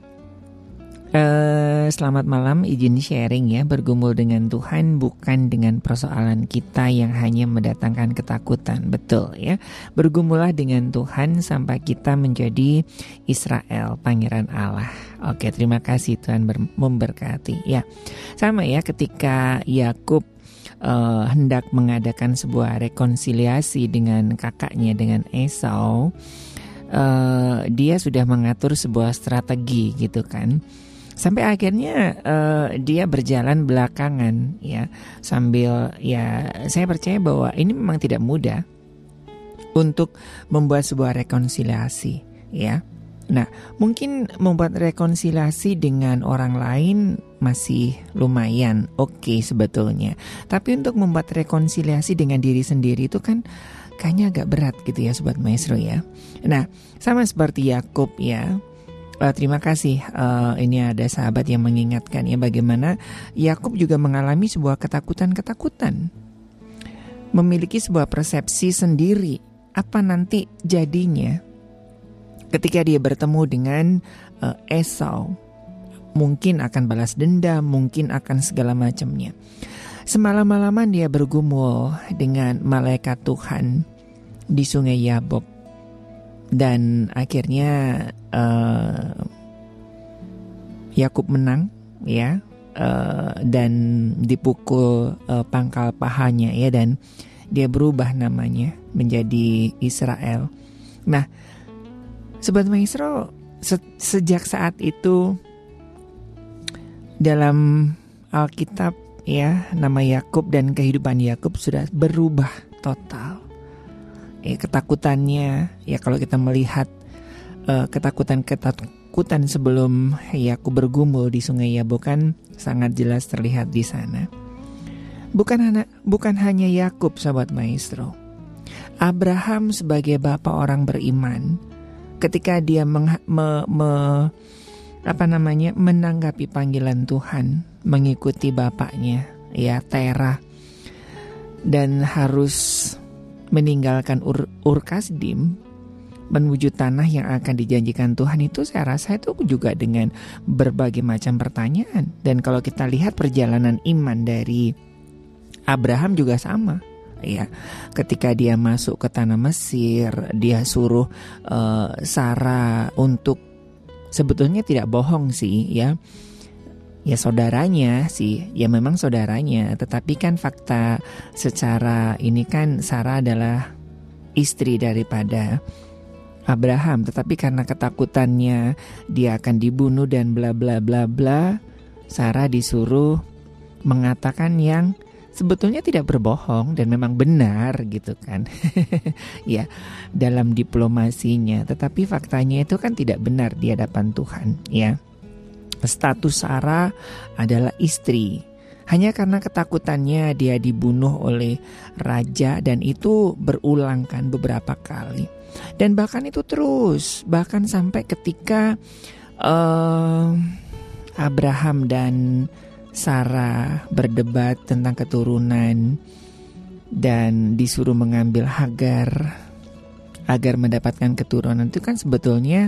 Uh, selamat malam, izin sharing ya. Bergumul dengan Tuhan bukan dengan persoalan kita yang hanya mendatangkan ketakutan. Betul ya. Bergumullah dengan Tuhan sampai kita menjadi Israel, pangeran Allah. Oke, terima kasih, Tuhan ber- memberkati ya. Sama ya, ketika Yakub uh, hendak mengadakan sebuah rekonsiliasi dengan kakaknya, dengan Esau, Uh, dia sudah mengatur sebuah strategi gitu kan, sampai akhirnya uh, dia berjalan belakangan ya, sambil ya saya percaya bahwa ini memang tidak mudah untuk membuat sebuah rekonsiliasi ya. Nah, mungkin membuat rekonsiliasi dengan orang lain masih lumayan oke okay sebetulnya, tapi untuk membuat rekonsiliasi dengan diri sendiri itu kan kayaknya agak berat gitu ya Sobat Maestro ya. Nah, sama seperti Yakub ya. Uh, terima kasih. Uh, ini ada sahabat yang mengingatkan ya bagaimana Yakub juga mengalami sebuah ketakutan-ketakutan, memiliki sebuah persepsi sendiri apa nanti jadinya ketika dia bertemu dengan uh, Esau. Mungkin akan balas dendam, mungkin akan segala macamnya. Semalam-malaman dia bergumul dengan malaikat Tuhan di sungai Yabok. Dan akhirnya uh, Yakub menang ya, uh, dan dipukul uh, pangkal pahanya ya, dan dia berubah namanya menjadi Israel. Nah, Sobat Maestro, se- sejak saat itu dalam Alkitab ya, nama Yakub dan kehidupan Yakub sudah berubah total. Eh, ketakutannya ya, kalau kita melihat uh, ketakutan-ketakutan sebelum Yakub bergumul di sungai Yabok kan sangat jelas terlihat di sana. Bukan hanya bukan hanya Yakub, Sobat Maestro. Abraham sebagai bapak orang beriman, ketika dia meng, me, me, apa namanya menanggapi panggilan Tuhan, mengikuti bapaknya ya Terah, dan harus meninggalkan Ur, Ur Kasdim menuju tanah yang akan dijanjikan Tuhan, itu saya rasa itu juga dengan berbagai macam pertanyaan. Dan kalau kita lihat perjalanan iman dari Abraham juga sama ya. Ketika dia masuk ke tanah Mesir, dia suruh uh, Sarah untuk, sebetulnya tidak bohong sih ya, ya saudaranya sih, ya memang saudaranya. Tetapi kan fakta secara ini kan Sarah adalah istri daripada Abraham. Tetapi karena ketakutannya dia akan dibunuh dan bla bla bla bla, Sarah disuruh mengatakan yang sebetulnya tidak berbohong dan memang benar gitu kan. Ya, dalam diplomasinya. Tetapi faktanya itu kan tidak benar di hadapan Tuhan ya. Status Sarah adalah istri. Hanya karena ketakutannya dia dibunuh oleh raja, dan itu berulang kan beberapa kali. Dan bahkan itu terus, bahkan sampai ketika uh, Abraham dan Sarah berdebat tentang keturunan dan disuruh mengambil Hagar agar mendapatkan keturunan, itu kan sebetulnya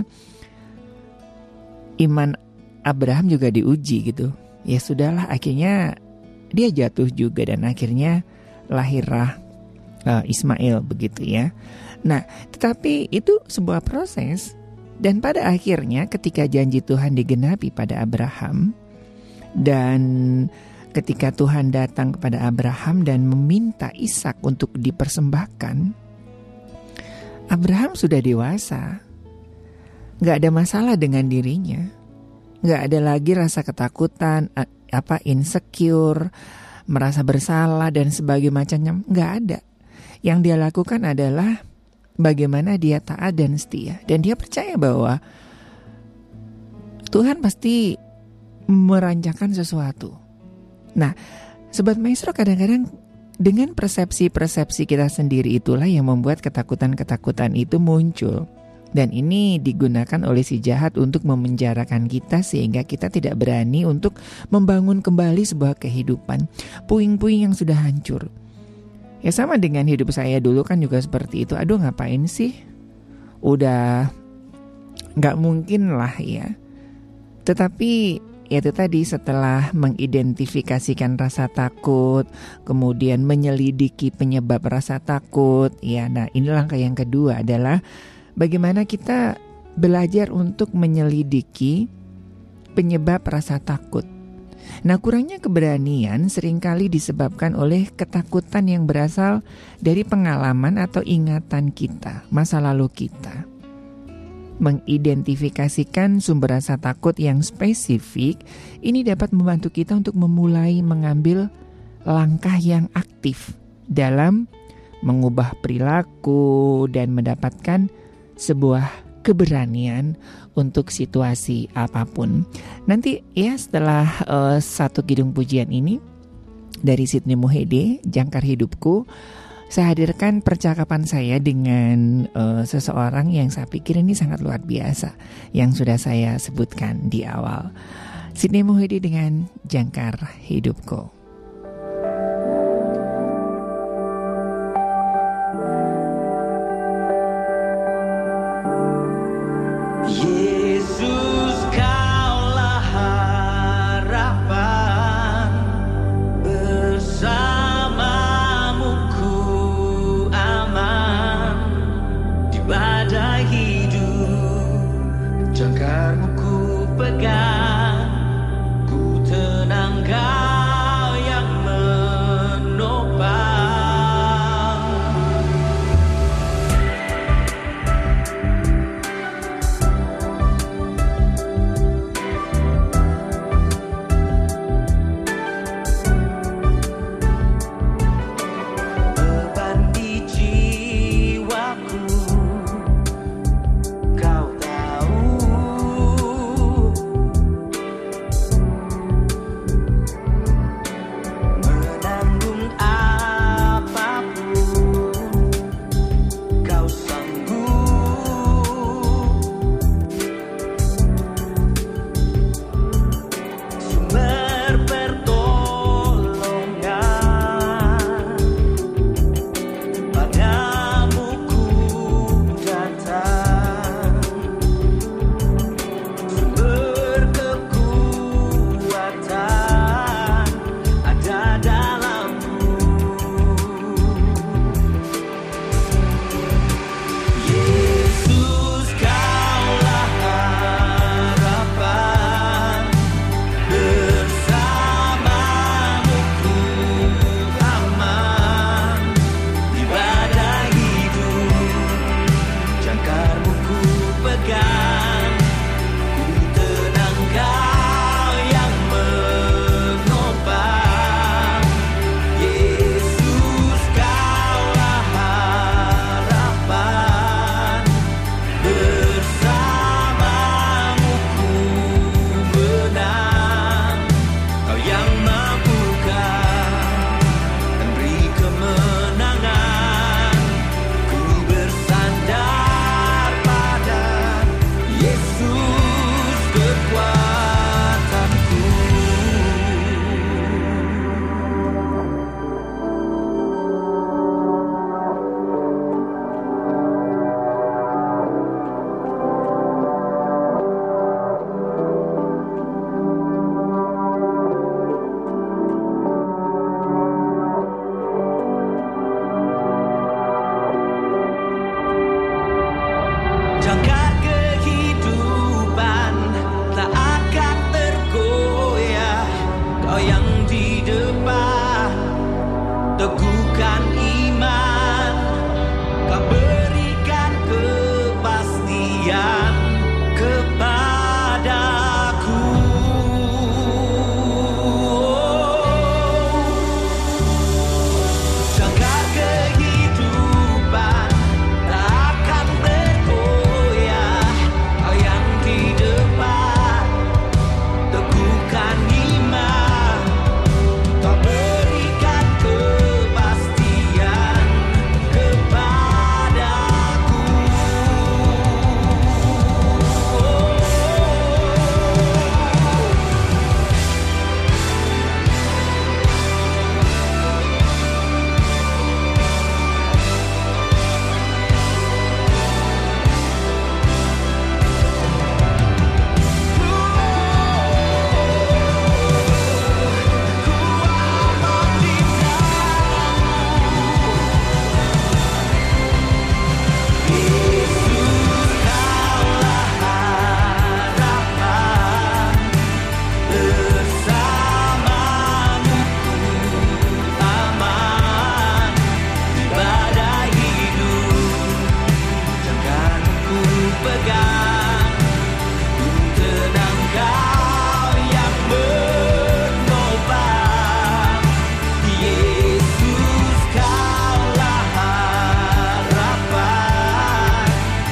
iman Abraham juga diuji gitu. Ya sudahlah, akhirnya dia jatuh juga dan akhirnya lahirlah uh, Ismail begitu ya. Nah, tetapi itu sebuah proses, dan pada akhirnya ketika janji Tuhan digenapi pada Abraham, dan ketika Tuhan datang kepada Abraham dan meminta Ishak untuk dipersembahkan, Abraham sudah dewasa, gak ada masalah dengan dirinya, gak ada lagi rasa ketakutan, apa insecure, merasa bersalah dan sebagainya macamnya, gak ada. Yang dia lakukan adalah bagaimana dia taat dan setia, dan dia percaya bahwa Tuhan pasti merancangkan sesuatu. Nah, Sobat Maestro, kadang-kadang dengan persepsi-persepsi kita sendiri itulah yang membuat ketakutan-ketakutan itu muncul. Dan ini digunakan oleh si jahat untuk memenjarakan kita sehingga kita tidak berani untuk membangun kembali sebuah kehidupan, puing-puing yang sudah hancur. Ya sama dengan hidup saya dulu kan juga seperti itu. Aduh, ngapain sih? Udah gak mungkin lah ya. Tetapi ya itu tadi, setelah mengidentifikasikan rasa takut, kemudian menyelidiki penyebab rasa takut, ya nah ini langkah yang kedua adalah bagaimana kita belajar untuk menyelidiki penyebab rasa takut. Nah, kurangnya keberanian seringkali disebabkan oleh ketakutan yang berasal dari pengalaman atau ingatan kita, masa lalu kita. Mengidentifikasikan sumber rasa takut yang spesifik ini dapat membantu kita untuk memulai mengambil langkah yang aktif dalam mengubah perilaku dan mendapatkan sebuah keberanian untuk situasi apapun. Nanti ya setelah uh, satu kidung pujian ini dari Sidney Muhede, Jangkar Hidupku, saya hadirkan percakapan saya dengan uh, seseorang yang saya pikir ini sangat luar biasa, yang sudah saya sebutkan di awal. Sidney Muhede dengan Jangkar Hidupku. Yesus, Kaulah harapan, bersamamu ku aman di badai hidup. Jangkarmu ku pegang, ku tenang, Kau teguhkan iman, Kau berikan kepastian kepadaku. Sangkar kehidupan tak akan bergoyah, Kau yang di depan, teguhkan iman, Kau berikan kepastian kepadaku. Bersamamu aman di badai hidup, jangan ku pegang, ku tenang Kau yang menopang. Yesus, Kaulah harapan,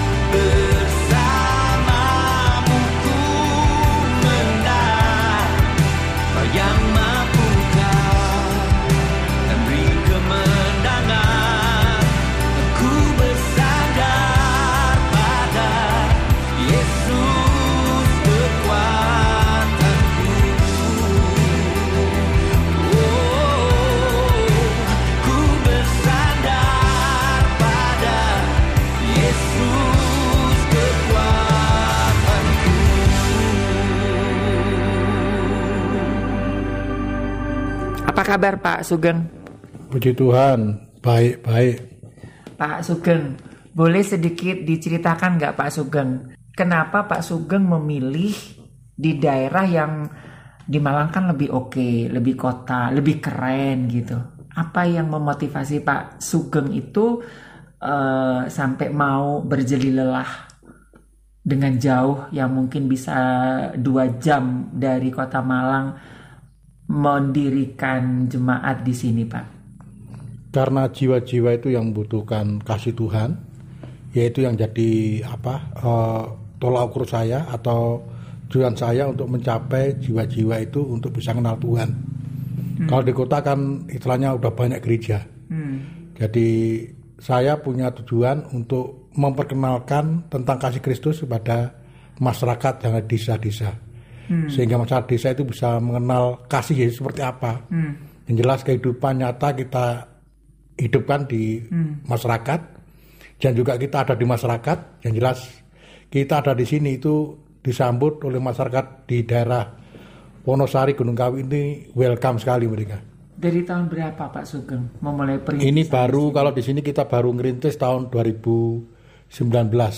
bersamamu ku menang. Kau yang mampukan dan beri kemenangan. Aku bersandar pada Yesus kekuatanku. Oh, ku bersandar pada Yesus kekuatanku. Apa kabar Pak Sugeng? Puji Tuhan, baik-baik. Pak Sugeng, boleh sedikit diceritakan nggak Pak Sugeng, kenapa Pak Sugeng memilih di daerah yang di Malang kan lebih oke, lebih kota, lebih keren gitu. Apa yang memotivasi Pak Sugeng itu eh, sampai mau berjeli lelah dengan jauh yang mungkin bisa dua jam dari kota Malang mendirikan jemaat di sini Pak? Karena jiwa-jiwa itu yang membutuhkan kasih Tuhan, yaitu yang jadi apa uh, tolak ukur saya atau tujuan saya untuk mencapai jiwa-jiwa itu untuk bisa kenal Tuhan. Hmm. Kalau di kota kan istilahnya udah banyak gereja, hmm. jadi saya punya tujuan untuk memperkenalkan tentang kasih Kristus kepada masyarakat yang ada di desa-desa. Hmm. Sehingga masyarakat desa itu bisa mengenal kasih Yesus seperti apa. Hmm. Yang jelas kehidupan nyata kita hidupkan di hmm. masyarakat, dan juga kita ada di masyarakat. Yang jelas kita ada di sini itu disambut oleh masyarakat di daerah Wonosari, Gunung Kawi ini welcome sekali mereka. Dari tahun berapa Pak Sugeng memulai perintisan? Ini baru di kalau di sini kita baru ngerintis tahun dua ribu sembilan belas.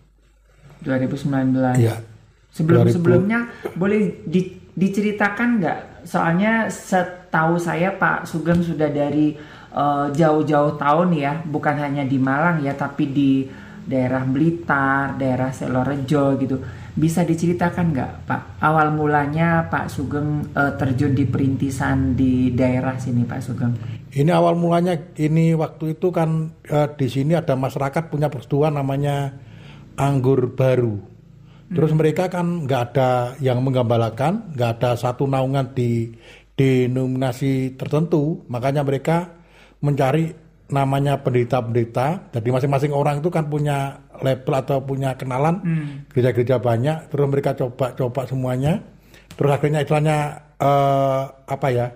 dua ribu sembilan belas. Iya. Sebelum-sebelumnya boleh di, diceritakan nggak? Soalnya setahu saya Pak Sugeng sudah dari uh, jauh-jauh tahun ya, bukan hanya di Malang ya, tapi di daerah Blitar, daerah Selorejo gitu. Bisa diceritakan nggak Pak, awal mulanya Pak Sugeng uh, terjun di perintisan di daerah sini Pak Sugeng? Ini awal mulanya, ini waktu itu kan uh, di sini ada masyarakat punya peristiwa namanya anggur baru. Terus hmm. mereka kan nggak ada yang menggambalakan, nggak ada satu naungan di denominasi tertentu, makanya mereka mencari namanya pendeta-pendeta. Jadi masing-masing orang itu kan punya label atau punya kenalan, hmm. gereja-gereja banyak. Terus mereka coba-coba semuanya. Terus akhirnya istilahnya eh, apa ya?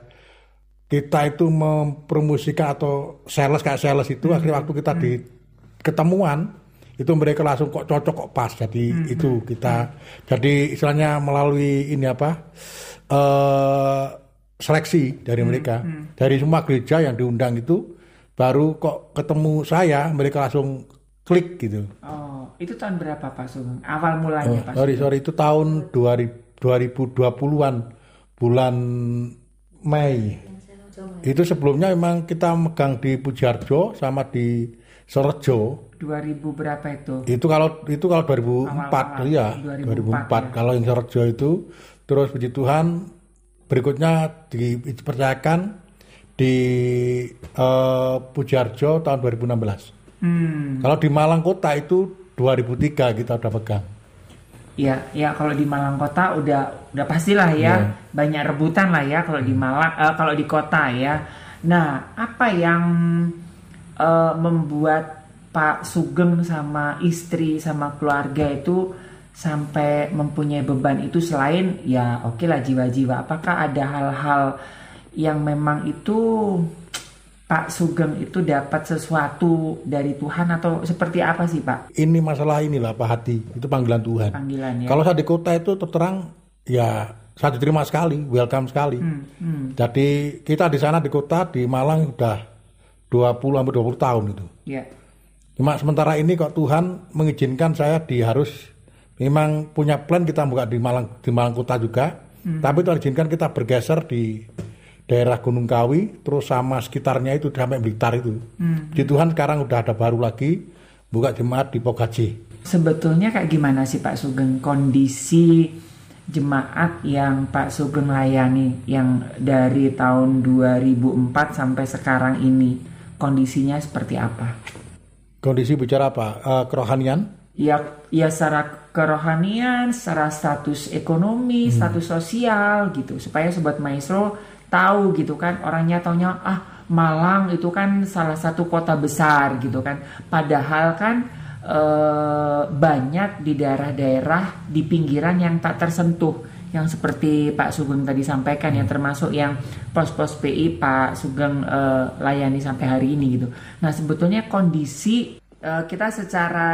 Kita itu mempromosikan atau sales kayak sales itu. Hmm. Akhirnya waktu kita hmm. di ketemuan itu mereka langsung kok cocok kok pas. Jadi hmm. itu kita hmm. jadi istilahnya melalui ini apa? Eh, seleksi dari mereka. Hmm. Dari semua gereja yang diundang itu baru kok ketemu saya, mereka langsung klik gitu. Oh, itu tahun berapa Pak Sugeng? Awal mulanya oh, Pak sorry, Sugeng? sorry, itu tahun dua ribu dua puluhan, bulan Mei. Itu sebelumnya memang kita megang di Pujiharjo sama di Sorejo. dua ribu berapa itu? Itu kalau itu kalau dua ribu empat ya, dua ribu empat ya. Kalau yang Sorejo itu, terus puji Tuhan berikutnya dipercayakan di uh, Pujiharjo tahun dua ribu enam belas. Hmm. Kalau di Malang Kota itu dua ribu tiga kita udah pegang. Ya, ya kalau di Malang Kota udah udah pastilah ya, yeah. banyak rebutan lah ya kalau di Malang, uh, kalau di kota ya. Nah, apa yang uh, membuat Pak Sugeng sama istri sama keluarga itu sampai mempunyai beban itu selain ya oke okay lah jiwa-jiwa? Apakah ada hal-hal yang memang itu Pak Sugeng itu dapat sesuatu dari Tuhan atau seperti apa sih Pak? Ini masalah inilah Pak Hati, itu panggilan Tuhan. Panggilan ya. Kalau saya di kota itu terterang ya saya diterima sekali, welcome sekali. Hmm, hmm. Jadi kita di sana di kota di Malang udah dua puluh sampai dua puluh tahun itu. Ya. Cuma sementara ini kok Tuhan mengizinkan saya di harus memang punya plan kita buka di Malang di Malang Kota juga. Hmm. Tapi Tuhan izinkan kita bergeser di daerah Gunung Kawi, terus sama sekitarnya itu sampai Blitar itu. Hmm. Di Tuhan sekarang udah ada baru lagi buka jemaat di Pogaje. Sebetulnya kayak gimana sih Pak Sugeng kondisi jemaat yang Pak Sugeng layani yang dari tahun dua ribu empat sampai sekarang ini kondisinya seperti apa? Kondisi bicara apa? Uh, kerohanian? Ya, ya secara kerohanian, secara status ekonomi, hmm. status sosial gitu, supaya Sobat Maestro tahu gitu kan, orangnya taunya ah Malang itu kan salah satu kota besar gitu kan, padahal kan e, banyak di daerah-daerah di pinggiran yang tak tersentuh, yang seperti Pak Sugeng tadi sampaikan, yang termasuk yang pos-pos P I Pak Sugeng e, layani sampai hari ini gitu. Nah sebetulnya kondisi e, kita secara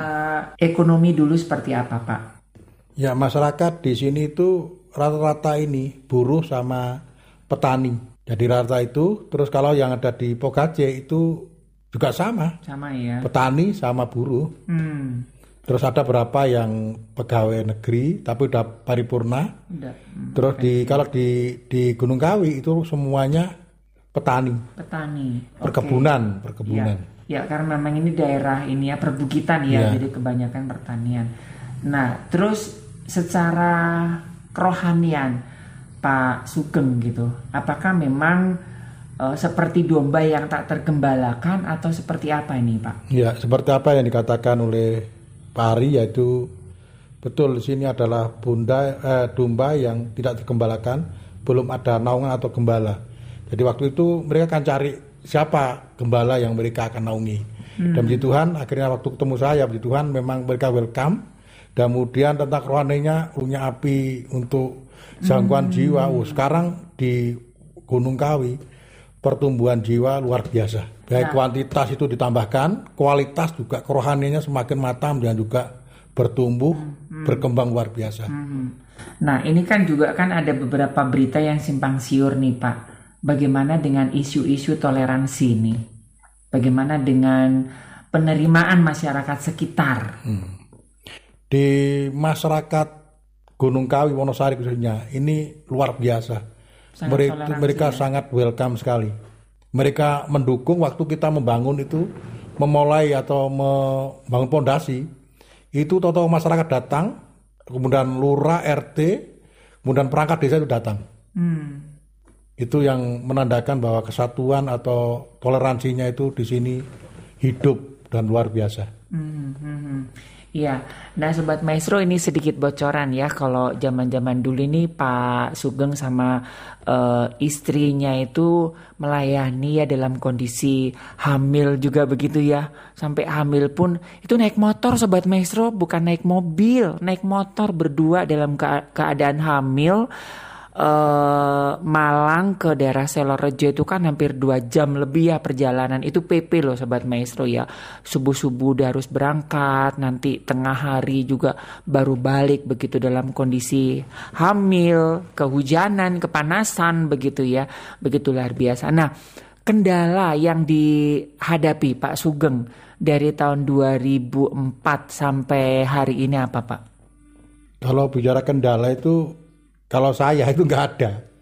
ekonomi dulu seperti apa Pak? Ya masyarakat di sini itu rata-rata ini buruh sama petani. Jadi rata itu, terus kalau yang ada di Pogaje itu juga sama. Sama ya. Petani sama buruh. Hmm. Terus ada berapa yang pegawai negeri tapi udah paripurna. Udah. Hmm. Terus di kalau di di Gunung Kawi itu semuanya petani. Petani. Perkebunan, okay. perkebunan. Ya. ya, karena memang ini daerah ini ya perbukitan ya, ya. Jadi kebanyakan pertanian. Nah, terus secara kerohanian Pak Sugeng gitu, apakah memang uh, seperti domba yang tak tergembalakan atau seperti apa ini Pak? Ya seperti apa yang dikatakan oleh Pak Ari, yaitu betul di sini adalah bunda eh, domba yang tidak tergembalakan, belum ada naungan atau gembala. Jadi waktu itu mereka akan cari siapa gembala yang mereka akan naungi. Hmm. Dan puji Tuhan akhirnya waktu ketemu saya, puji Tuhan memang mereka welcome. Kemudian tentang rohaninya punya api untuk jangkauan hmm. jiwa. Oh, sekarang di Gunung Kawi pertumbuhan jiwa luar biasa. Baik nah. kuantitas itu ditambahkan, kualitas juga kerohaniannya semakin matang dan juga bertumbuh, hmm. berkembang luar biasa. Hmm. Nah ini kan juga kan ada beberapa berita yang simpang siur nih Pak. Bagaimana dengan isu-isu toleransi nih? Bagaimana dengan penerimaan masyarakat sekitar? Hmm. Di masyarakat Gunung Kawi, Wonosari khususnya, ini luar biasa. Mereka, mereka ya? sangat welcome sekali. Mereka mendukung waktu kita membangun itu, memulai atau membangun pondasi. Itu total masyarakat datang, kemudian lurah, R T, kemudian perangkat desa itu datang. Hmm. Itu yang menandakan bahwa kesatuan atau toleransinya itu di sini hidup dan luar biasa. Hmm, hmm, hmm. Iya, nah Sobat Maestro ini sedikit bocoran ya, kalau zaman-zaman dulu ini Pak Sugeng sama uh, istrinya itu melayani ya dalam kondisi hamil juga begitu ya. Sampai hamil pun itu naik motor Sobat Maestro, bukan naik mobil, naik motor berdua dalam ke- keadaan hamil. Uh, Malang ke daerah Selorejo itu kan hampir dua jam lebih ya perjalanan. Itu P P loh Sobat Maestro ya. Subuh-subuh udah harus berangkat, nanti tengah hari juga baru balik begitu dalam kondisi hamil, kehujanan, kepanasan begitu ya. Begitu luar biasa. Nah, kendala yang dihadapi Pak Sugeng dari tahun dua ribu empat sampai hari ini apa Pak? Kalau bicara kendala itu, kalau saya itu nggak ada.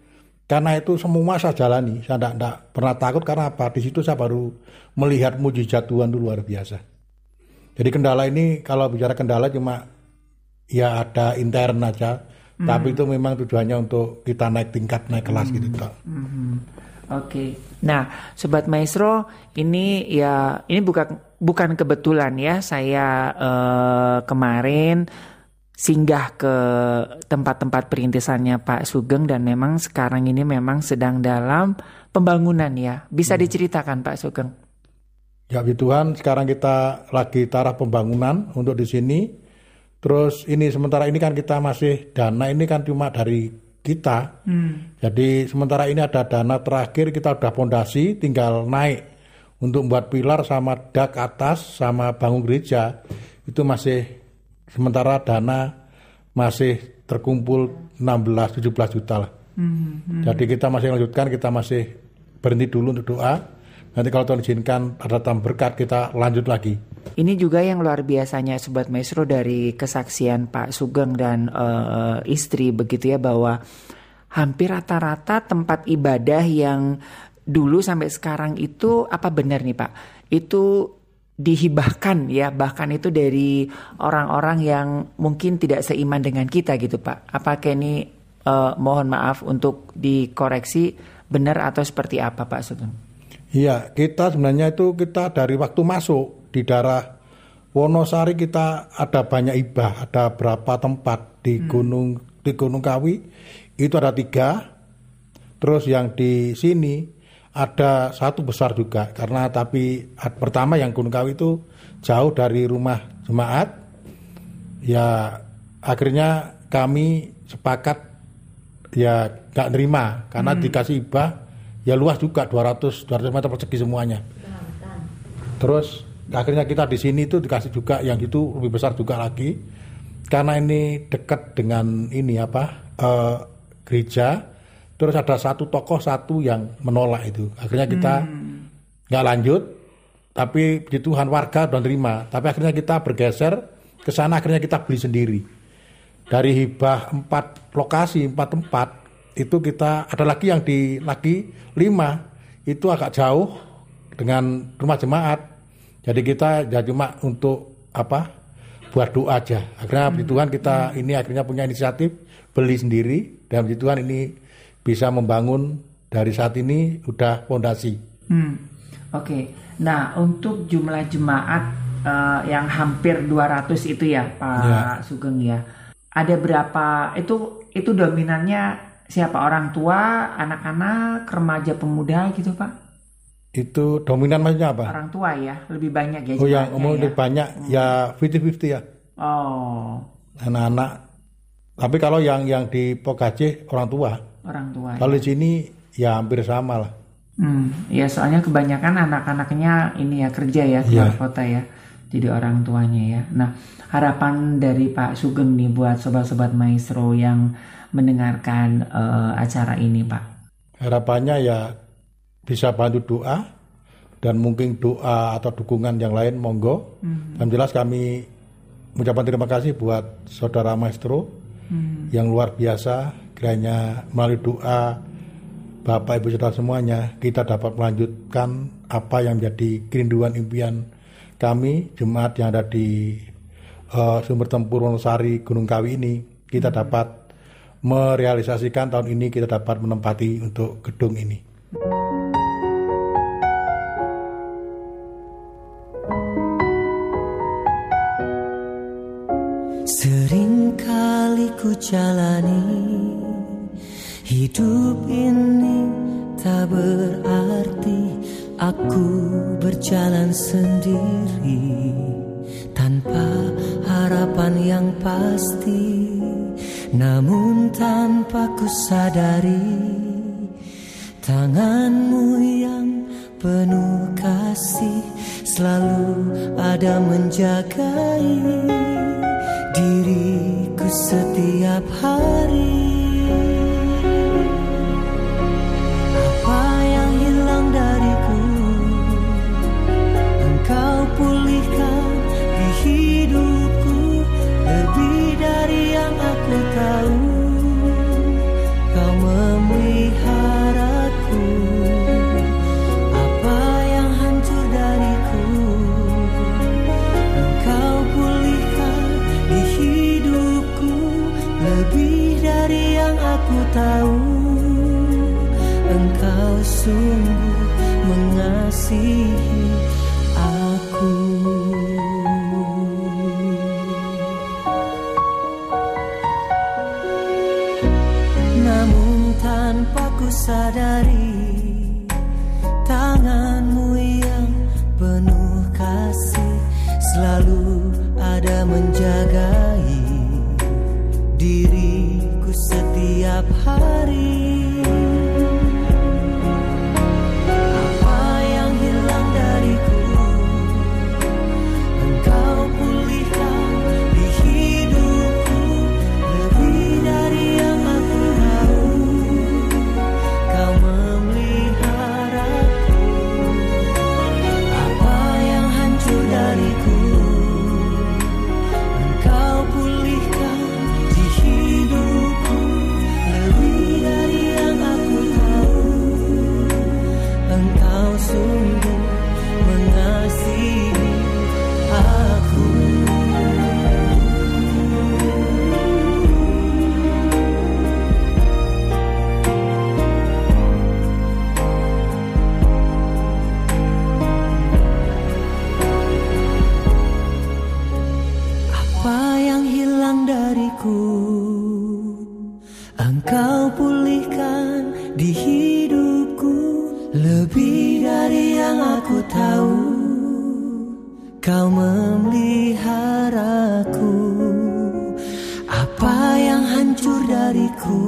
karena itu semua saya jalani, saya enggak, enggak pernah takut. Karena apa? Di situ saya baru melihat mujizat Tuhan itu luar biasa. Jadi kendala ini, kalau bicara kendala cuma ya ada intern aja, hmm. tapi itu memang tujuannya untuk kita naik tingkat, naik kelas hmm. gitu Kak. Hmm. Oke. Okay. Nah, Sobat Maestro, ini ya ini bukan bukan kebetulan ya, saya eh, kemarin singgah ke tempat-tempat perintisannya Pak Sugeng, dan memang sekarang ini memang sedang dalam pembangunan ya. Bisa hmm. diceritakan Pak Sugeng? Ya, Tuhan, sekarang kita lagi taraf pembangunan untuk di sini. Terus ini sementara ini kan kita masih dana ini kan cuma dari kita. Hmm. Jadi sementara ini ada dana terakhir, kita udah fondasi, tinggal naik untuk membuat pilar sama dak atas sama bangun gereja. Itu masih sementara dana masih terkumpul enam belas tujuh belas juta lah. Hmm. Hmm. Jadi kita masih lanjutkan, kita masih berhenti dulu untuk doa. Nanti kalau Tuhan izinkan ada tambah berkat, kita lanjut lagi. Ini juga yang luar biasanya Sobat Maestro dari kesaksian Pak Sugeng dan uh, istri begitu ya, bahwa hampir rata-rata tempat ibadah yang dulu sampai sekarang itu, apa benar nih Pak, itu dihibahkan ya, bahkan itu dari orang-orang yang mungkin tidak seiman dengan kita gitu Pak. Apakah ini uh, mohon maaf untuk dikoreksi, benar atau seperti apa Pak Sugeng? Iya, kita sebenarnya itu kita dari waktu masuk di daerah Wonosari kita ada banyak ibah, ada berapa tempat di Gunung hmm. di Gunung Kawi itu ada tiga, terus yang di sini ada satu besar juga, karena tapi pertama yang Gunung Kawi itu jauh dari rumah jemaat, ya akhirnya kami sepakat ya nggak nerima karena hmm. dikasih ibah. Ya luas juga dua ratus meter persegi semuanya. Terus akhirnya kita di sini tuh dikasih juga yang itu lebih besar juga lagi. Karena ini dekat dengan ini apa uh, gereja. Terus ada satu tokoh satu yang menolak itu. Akhirnya kita nggak hmm. lanjut. Tapi di Tuhan warga udah terima. Tapi akhirnya kita bergeser ke sana. Akhirnya kita beli sendiri. Dari hibah empat lokasi, empat tempat. Itu kita ada lagi yang di lagi lima itu agak jauh dengan rumah jemaat, jadi kita ya cuma untuk apa buat doa aja. Akhirnya puji Tuhan kita ini akhirnya punya inisiatif beli sendiri, dan puji Tuhan ini bisa membangun dari saat ini udah fondasi. Hmm. Oke, okay. Nah untuk jumlah jemaat uh, yang hampir dua ratus itu ya Pak ya. Sugeng ya, ada berapa itu itu dominannya? Siapa, orang tua, anak-anak, remaja, pemuda gitu Pak? Itu dominan maksudnya apa? Orang tua ya, lebih banyak ya. Oh yang umum lebih ya? Banyak hmm. ya lima puluh lima puluh ya. Oh. Anak-anak. Tapi kalau yang yang di Pogace orang tua. Orang tua. Kalau ya. Di sini ya hampir sama lah. Hmm, ya soalnya kebanyakan anak-anaknya ini ya kerja ya keluar ya. Kota ya. Jadi orang tuanya ya. Nah harapan dari Pak Sugeng nih buat sobat-sobat Maestro yang mendengarkan uh, acara ini Pak? Harapannya ya bisa bantu doa, dan mungkin doa atau dukungan yang lain monggo. Hmm. Yang jelas kami mengucapkan terima kasih buat saudara Maestro hmm. yang luar biasa. Kiranya melalui doa Bapak Ibu saudara semuanya kita dapat melanjutkan apa yang menjadi kerinduan impian kami jemaat yang ada di uh, Sumber Tempur Wonosari Gunung Kawi ini. Kita hmm. dapat merealisasikan tahun ini, kita dapat menempati untuk gedung ini. Seringkali ku jalani hidup ini tak berarti, aku berjalan sendiri tanpa harapan yang pasti. Namun tanpa ku sadari, tanganmu yang penuh kasih selalu ada menjagai diriku setiap hari. Apa yang hilang dariku, Engkau pulihkan di hidupku, lebih dari yang aku tahu. Kau memeliharanya mengasihi aku. Namun tanpa ku sadari, tanganmu yang penuh kasih selalu ada menjagai diriku setiap hari. Apa yang hilang dariku, Engkau pulihkan di hidupku. Lebih dari yang aku tahu, Kau memeliharaku. Apa yang hancur dariku, Engkau pulihkan di hidupku. Lebih dari yang aku tahu, Engkau sungguh mengasihi aku. Apa yang hilang dariku, Engkau pulihkan di hidupku. Lebih dari yang aku tahu, Kau memeliharaku. Apa yang hancur dariku,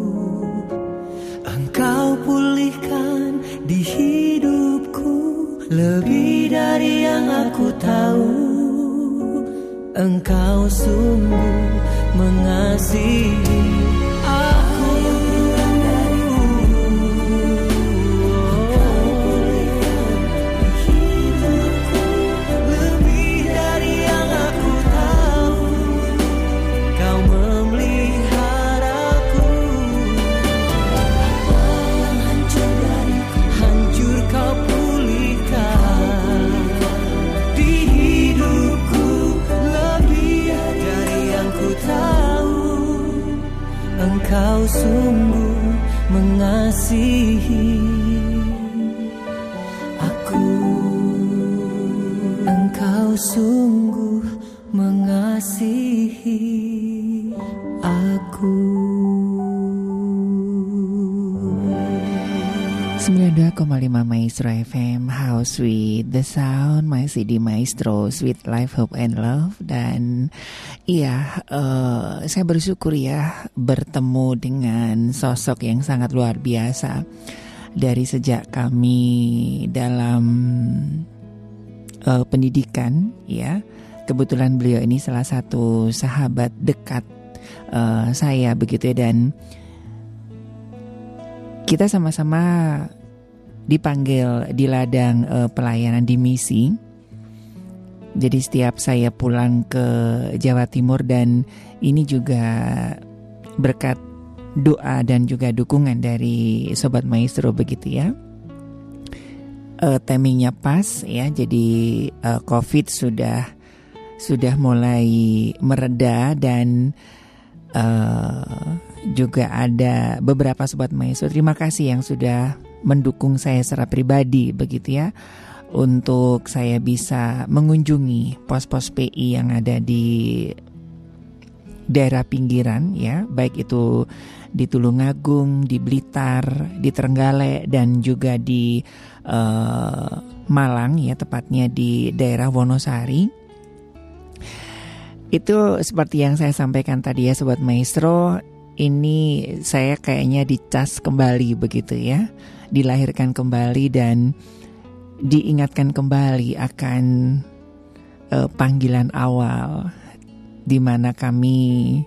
Engkau pulihkan di hidupku. Lebih dari yang aku tahu, Engkau sungguh mengasihi aku. Lebih dari yang aku tahu, Kau memeliharaku. Apa yang hancur dariku, hancur Kau pulihkan di hidupku. Lebih dari yang ku tahu, Engkau sungguh mengasihi aku. Engkau sungguh mengasihi aku. sembilan puluh dua koma lima Maestro F M, How Sweet the Sound, masih di Maestro Sweet Life, Hope and Love. Dan iya, uh, saya bersyukur ya bertemu dengan sosok yang sangat luar biasa. Dari sejak kami dalam uh, pendidikan ya, kebetulan beliau ini salah satu sahabat dekat uh, saya begitu ya. Dan kita sama-sama dipanggil di ladang uh, pelayanan di misi. Jadi setiap saya pulang ke Jawa Timur, dan ini juga berkat doa dan juga dukungan dari Sobat Maestro begitu ya. Uh, timingnya pas ya, jadi uh, COVID sudah sudah mulai mereda, dan uh, juga ada beberapa Sobat Maestro, terima kasih yang sudah mendukung saya secara pribadi begitu ya, untuk saya bisa mengunjungi pos-pos P I yang ada di daerah pinggiran ya, baik itu di Tulungagung, di Blitar, di Trenggalek, dan juga di uh, Malang ya, tepatnya di daerah Wonosari. Itu seperti yang saya sampaikan tadi ya Sobat Maestro, ini saya kayaknya dicas kembali begitu ya, dilahirkan kembali dan diingatkan kembali akan uh, panggilan awal di mana kami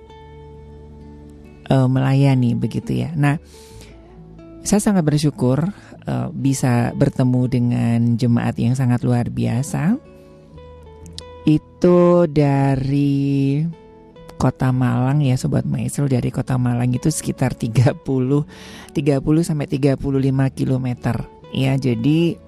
uh, melayani begitu ya. Nah, saya sangat bersyukur uh, bisa bertemu dengan jemaat yang sangat luar biasa. Itu dari Kota Malang ya Sobat Maestro, dari Kota Malang itu sekitar tiga puluh sampai tiga puluh lima kilometer ya. Jadi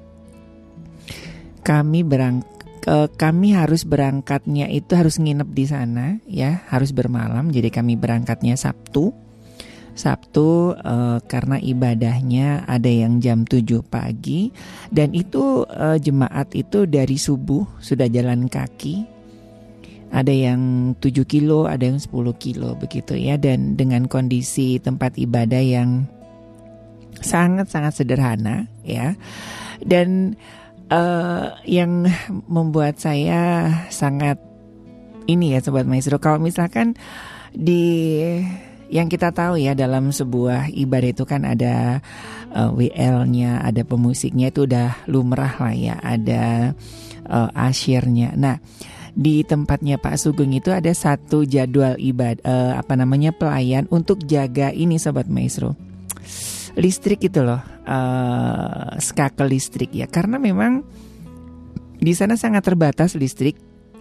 kami berang eh, kami harus berangkatnya itu harus nginep di sana ya, harus bermalam. Jadi kami berangkatnya Sabtu Sabtu uh, karena ibadahnya ada yang jam tujuh pagi dan itu uh, jemaat itu dari subuh sudah jalan kaki. Ada yang tujuh kilo, ada yang sepuluh kilo begitu ya, dan dengan kondisi tempat ibadah yang sangat-sangat sederhana ya. Dan uh, yang membuat saya sangat ini ya Sobat Maestro, kalau misalkan di yang kita tahu ya dalam sebuah ibadah itu kan ada uh, W L-nya, ada pemusiknya, itu udah lumrah lah ya, ada uh, asyirnya. Nah, di tempatnya Pak Sugeng itu ada satu jadwal ibadah uh, apa namanya pelayan untuk jaga ini Sobat Maestro. Listrik itu loh, uh, skakel listrik ya, karena memang di sana sangat terbatas listrik.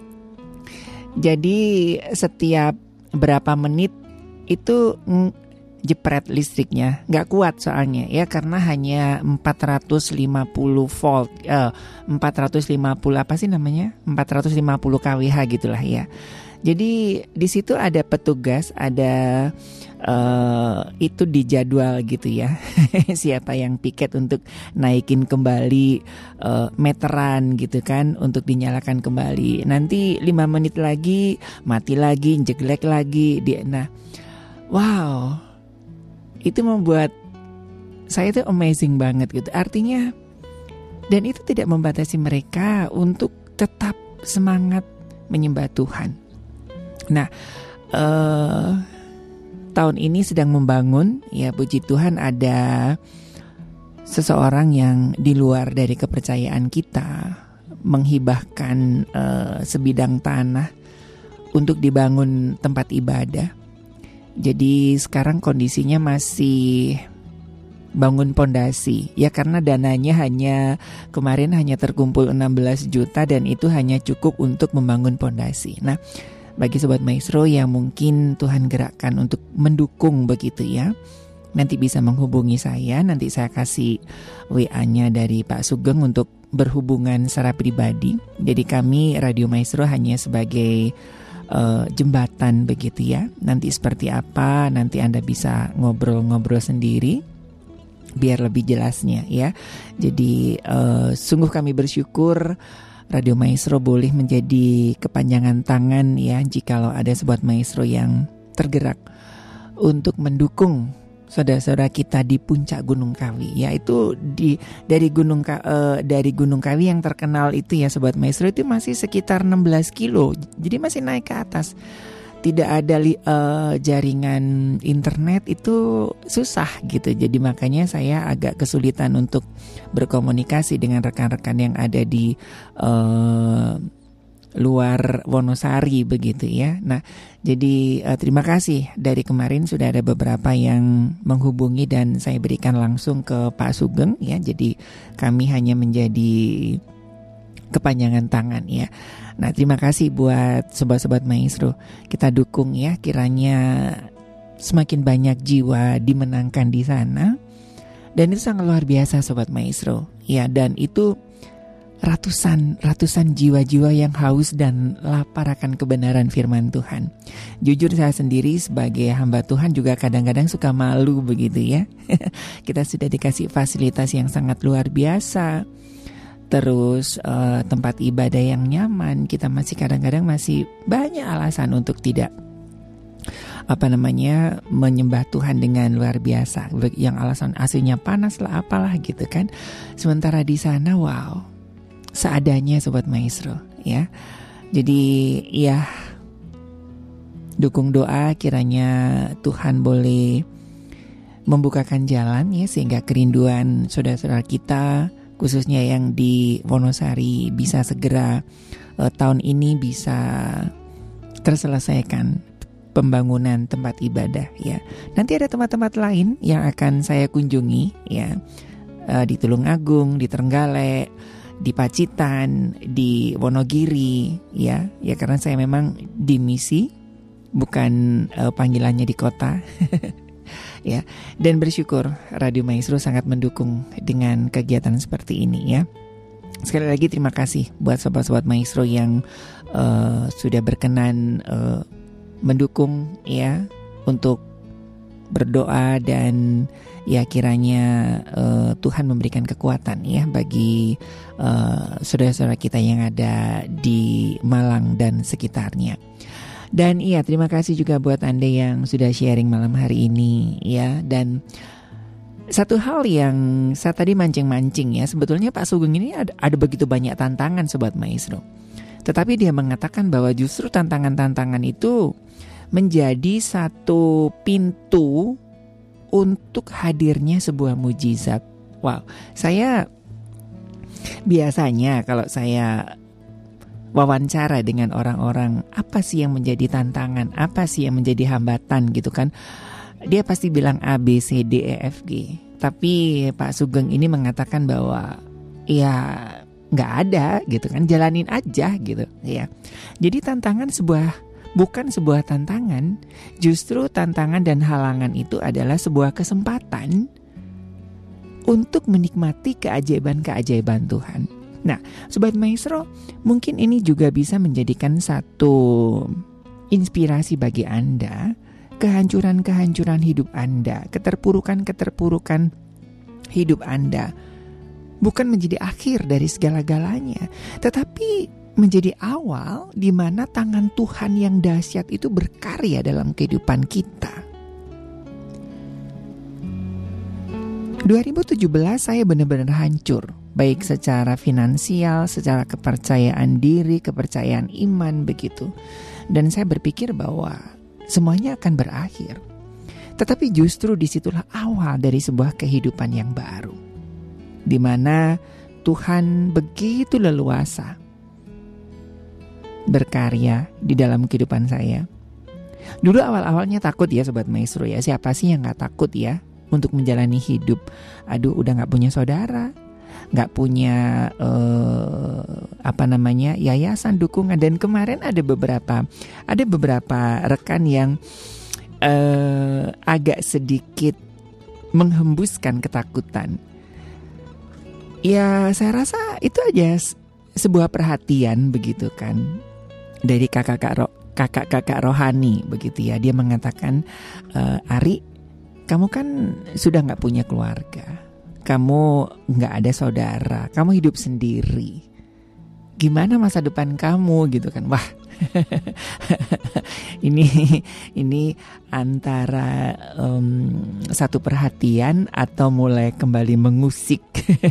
Jadi setiap berapa menit itu jepret listriknya, nggak kuat soalnya ya, karena hanya empat ratus lima puluh volt, eh, empat ratus lima puluh apa sih namanya, empat ratus lima puluh kWh gitulah ya. Jadi di situ ada petugas, ada uh, itu dijadwal gitu ya, siapa yang piket untuk naikin kembali uh, meteran gitu kan, untuk dinyalakan kembali. Nanti lima menit lagi mati lagi, jeglek lagi. Di, nah, wow, itu membuat saya tuh amazing banget gitu. Artinya, dan itu tidak membatasi mereka untuk tetap semangat menyembah Tuhan. Nah, uh, tahun ini sedang membangun, ya puji Tuhan ada seseorang yang di luar dari kepercayaan kita menghibahkan uh, sebidang tanah untuk dibangun tempat ibadah. Jadi sekarang kondisinya masih bangun pondasi ya, karena dananya hanya kemarin hanya terkumpul enam belas juta dan itu hanya cukup untuk membangun pondasi. Nah, bagi Sobat Maestro yang mungkin Tuhan gerakkan untuk mendukung begitu ya, nanti bisa menghubungi saya, nanti saya kasih W A-nya dari Pak Sugeng untuk berhubungan secara pribadi. Jadi kami Radio Maestro hanya sebagai uh, jembatan begitu ya. Nanti seperti apa, nanti Anda bisa ngobrol-ngobrol sendiri biar lebih jelasnya ya. Jadi uh, sungguh kami bersyukur Radio Maestro boleh menjadi kepanjangan tangan ya, jikalau ada Sobat Maestro yang tergerak untuk mendukung saudara-saudara kita di puncak Gunung Kawi, yaitu di dari Gunung uh, dari Gunung Kawi yang terkenal itu ya Sobat Maestro, itu masih sekitar enam belas kilo, jadi masih naik ke atas. Tidak ada uh, jaringan internet, itu susah gitu. Jadi makanya saya agak kesulitan untuk berkomunikasi dengan rekan-rekan yang ada di uh, luar Wonosari begitu ya. Nah, jadi uh, terima kasih, dari kemarin sudah ada beberapa yang menghubungi dan saya berikan langsung ke Pak Sugeng ya. Jadi kami hanya menjadi kepanjangan tangan ya. Nah, terima kasih buat sobat-sobat Maestro. Kita dukung ya, kiranya semakin banyak jiwa dimenangkan di sana. Dan itu sangat luar biasa Sobat Maestro. Ya, dan itu ratusan ratusan jiwa-jiwa yang haus dan lapar akan kebenaran firman Tuhan. Jujur saya sendiri sebagai hamba Tuhan juga kadang-kadang suka malu begitu ya. Kita sudah dikasih fasilitas yang sangat luar biasa. Terus uh, tempat ibadah yang nyaman, kita masih kadang-kadang masih banyak alasan untuk tidak apa namanya menyembah Tuhan dengan luar biasa. Yang alasan A C-nya panas lah apalah gitu kan. Sementara di sana wow, seadanya Sobat Maestro ya. Jadi ya, dukung doa kiranya Tuhan boleh membukakan jalan ya, sehingga kerinduan saudara-saudara kita khususnya yang di Wonosari bisa segera uh, tahun ini bisa terselesaikan pembangunan tempat ibadah ya. Nanti ada tempat-tempat lain yang akan saya kunjungi ya, uh, di Tulungagung, di Trenggalek, di Pacitan, di Wonogiri ya. Ya karena saya memang di misi, bukan uh, panggilannya di kota. Ya, dan bersyukur Radio Maestro sangat mendukung dengan kegiatan seperti ini ya. Sekali lagi terima kasih buat sobat-sobat Maestro yang uh, sudah berkenan uh, mendukung ya, untuk berdoa dan ya kiranya uh, Tuhan memberikan kekuatan ya bagi uh, saudara-saudara kita yang ada di Malang dan sekitarnya. Dan iya, terima kasih juga buat Anda yang sudah sharing malam hari ini ya. Dan satu hal yang saya tadi mancing-mancing ya, sebetulnya Pak Sugeng ini ada, ada begitu banyak tantangan Sobat Maestro. Tetapi dia mengatakan bahwa justru tantangan-tantangan itu menjadi satu pintu untuk hadirnya sebuah mujizat. Wow, saya biasanya kalau saya wawancara dengan orang-orang, apa sih yang menjadi tantangan, apa sih yang menjadi hambatan gitu kan, dia pasti bilang A, B, C, D, E, F, G. Tapi Pak Sugeng ini mengatakan bahwa ya nggak ada gitu kan, jalanin aja gitu ya. Jadi tantangan sebuah bukan sebuah tantangan, justru tantangan dan halangan itu adalah sebuah kesempatan untuk menikmati keajaiban-keajaiban Tuhan. Nah, Sobat Maestro, mungkin ini juga bisa menjadikan satu inspirasi bagi Anda. Kehancuran-kehancuran hidup Anda, keterpurukan-keterpurukan hidup Anda bukan menjadi akhir dari segala-galanya, tetapi menjadi awal di mana tangan Tuhan yang dahsyat itu berkarya dalam kehidupan kita. dua ribu tujuh belas saya benar-benar hancur, baik secara finansial, secara kepercayaan diri, kepercayaan iman begitu. Dan saya berpikir bahwa semuanya akan berakhir. Tetapi justru disitulah awal dari sebuah kehidupan yang baru, di mana Tuhan begitu leluasa berkarya di dalam kehidupan saya. Dulu awal-awalnya takut ya Sobat Maestro ya. Siapa sih yang gak takut ya untuk menjalani hidup? Aduh, udah gak punya saudara, gak punya uh, apa namanya yayasan dukungan. Dan kemarin ada beberapa ada beberapa rekan yang uh, agak sedikit menghembuskan ketakutan. Ya saya rasa itu aja sebuah perhatian begitu kan dari kakak-kakak ro, kakak-kakak rohani begitu ya. Dia mengatakan, e, Ari, kamu kan sudah gak punya keluarga, kamu gak ada saudara, kamu hidup sendiri, gimana masa depan kamu gitu kan. Wah, ini ini antara um, satu perhatian atau mulai kembali mengusik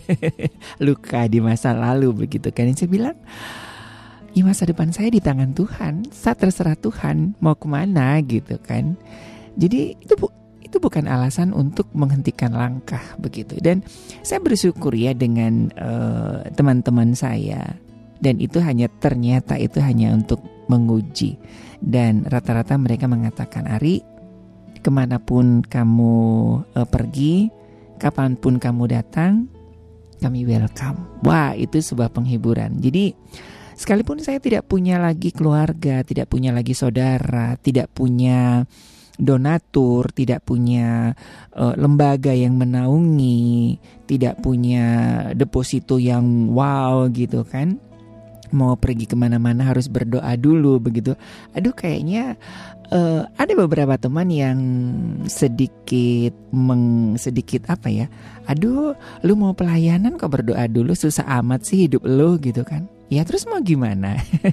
luka di masa lalu begitu kan. Saya bilang, ya masa depan saya di tangan Tuhan, saya terserah Tuhan mau kemana gitu kan. Jadi itu bu itu bukan alasan untuk menghentikan langkah begitu. Dan saya bersyukur ya dengan uh, teman-teman saya. Dan itu hanya ternyata itu hanya untuk menguji. Dan rata-rata mereka mengatakan, Ari, kemanapun kamu uh, pergi, kapanpun kamu datang, kami welcome. Wah, itu sebuah penghiburan. Jadi sekalipun saya tidak punya lagi keluarga, tidak punya lagi saudara, tidak punya donatur, tidak punya uh, lembaga yang menaungi, tidak punya deposito yang wow gitu kan, mau pergi kemana-mana harus berdoa dulu begitu. Aduh, kayaknya uh, ada beberapa teman yang sedikit meng, sedikit apa ya, aduh lu mau pelayanan kok berdoa dulu, susah amat sih hidup lu gitu kan. Ya terus mau gimana?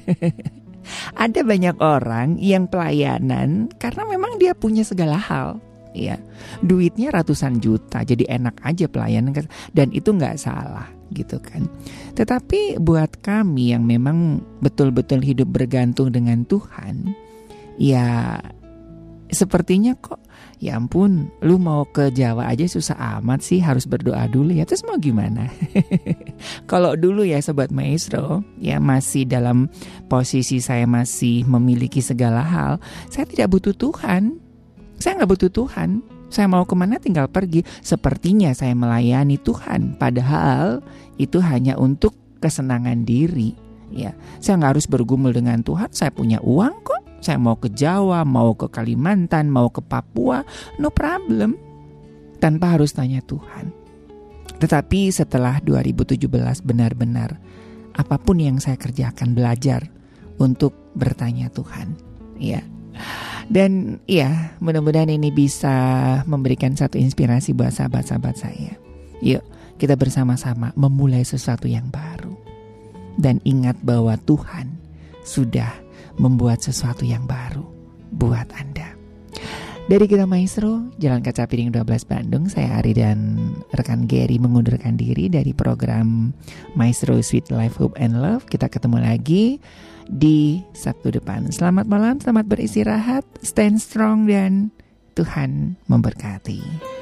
Ada banyak orang yang pelayanan karena memang dia punya segala hal, ya, duitnya ratusan juta, jadi enak aja pelayanan, dan itu nggak salah gitu kan. Tetapi buat kami yang memang betul-betul hidup bergantung dengan Tuhan, ya sepertinya kok, ya ampun, lu mau ke Jawa aja susah amat sih, harus berdoa dulu ya. Terus mau gimana? Kalau dulu ya Sobat Maestro, ya masih dalam posisi saya masih memiliki segala hal, saya tidak butuh Tuhan. Saya gak butuh Tuhan. Saya mau kemana tinggal pergi. Sepertinya saya melayani Tuhan, padahal itu hanya untuk kesenangan diri. Ya, saya gak harus bergumul dengan Tuhan. Saya punya uang kok. Saya mau ke Jawa, mau ke Kalimantan, mau ke Papua, no problem, tanpa harus tanya Tuhan. Tetapi setelah dua ribu tujuh belas benar-benar apapun yang saya kerjakan, belajar untuk bertanya Tuhan, ya. Dan ya, mudah-mudahan ini bisa memberikan satu inspirasi buat sahabat-sahabat saya. Yuk, kita bersama-sama memulai sesuatu yang baru. Dan ingat bahwa Tuhan sudah membuat sesuatu yang baru buat Anda. Dari kita Maestro, Jalan Kaca Piring dua belas Bandung, saya Ari dan rekan Gary mengundurkan diri dari program Maestro Sweet Life, Hope and Love. Kita ketemu lagi di Sabtu depan. Selamat malam, selamat beristirahat, stand strong dan Tuhan memberkati.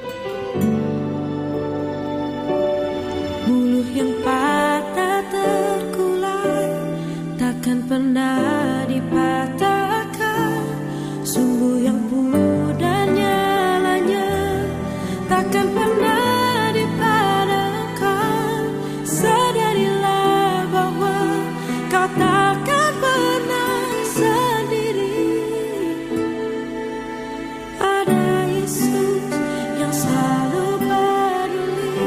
Buluh yang patah terkulai takkan pernah dipatahkan. Sumbu yang pudar nyalanya takkan pernah dipadamkan. Sadarilah bahwa kau takkan pernah sendiri. Ada Yesus yang selalu peduli.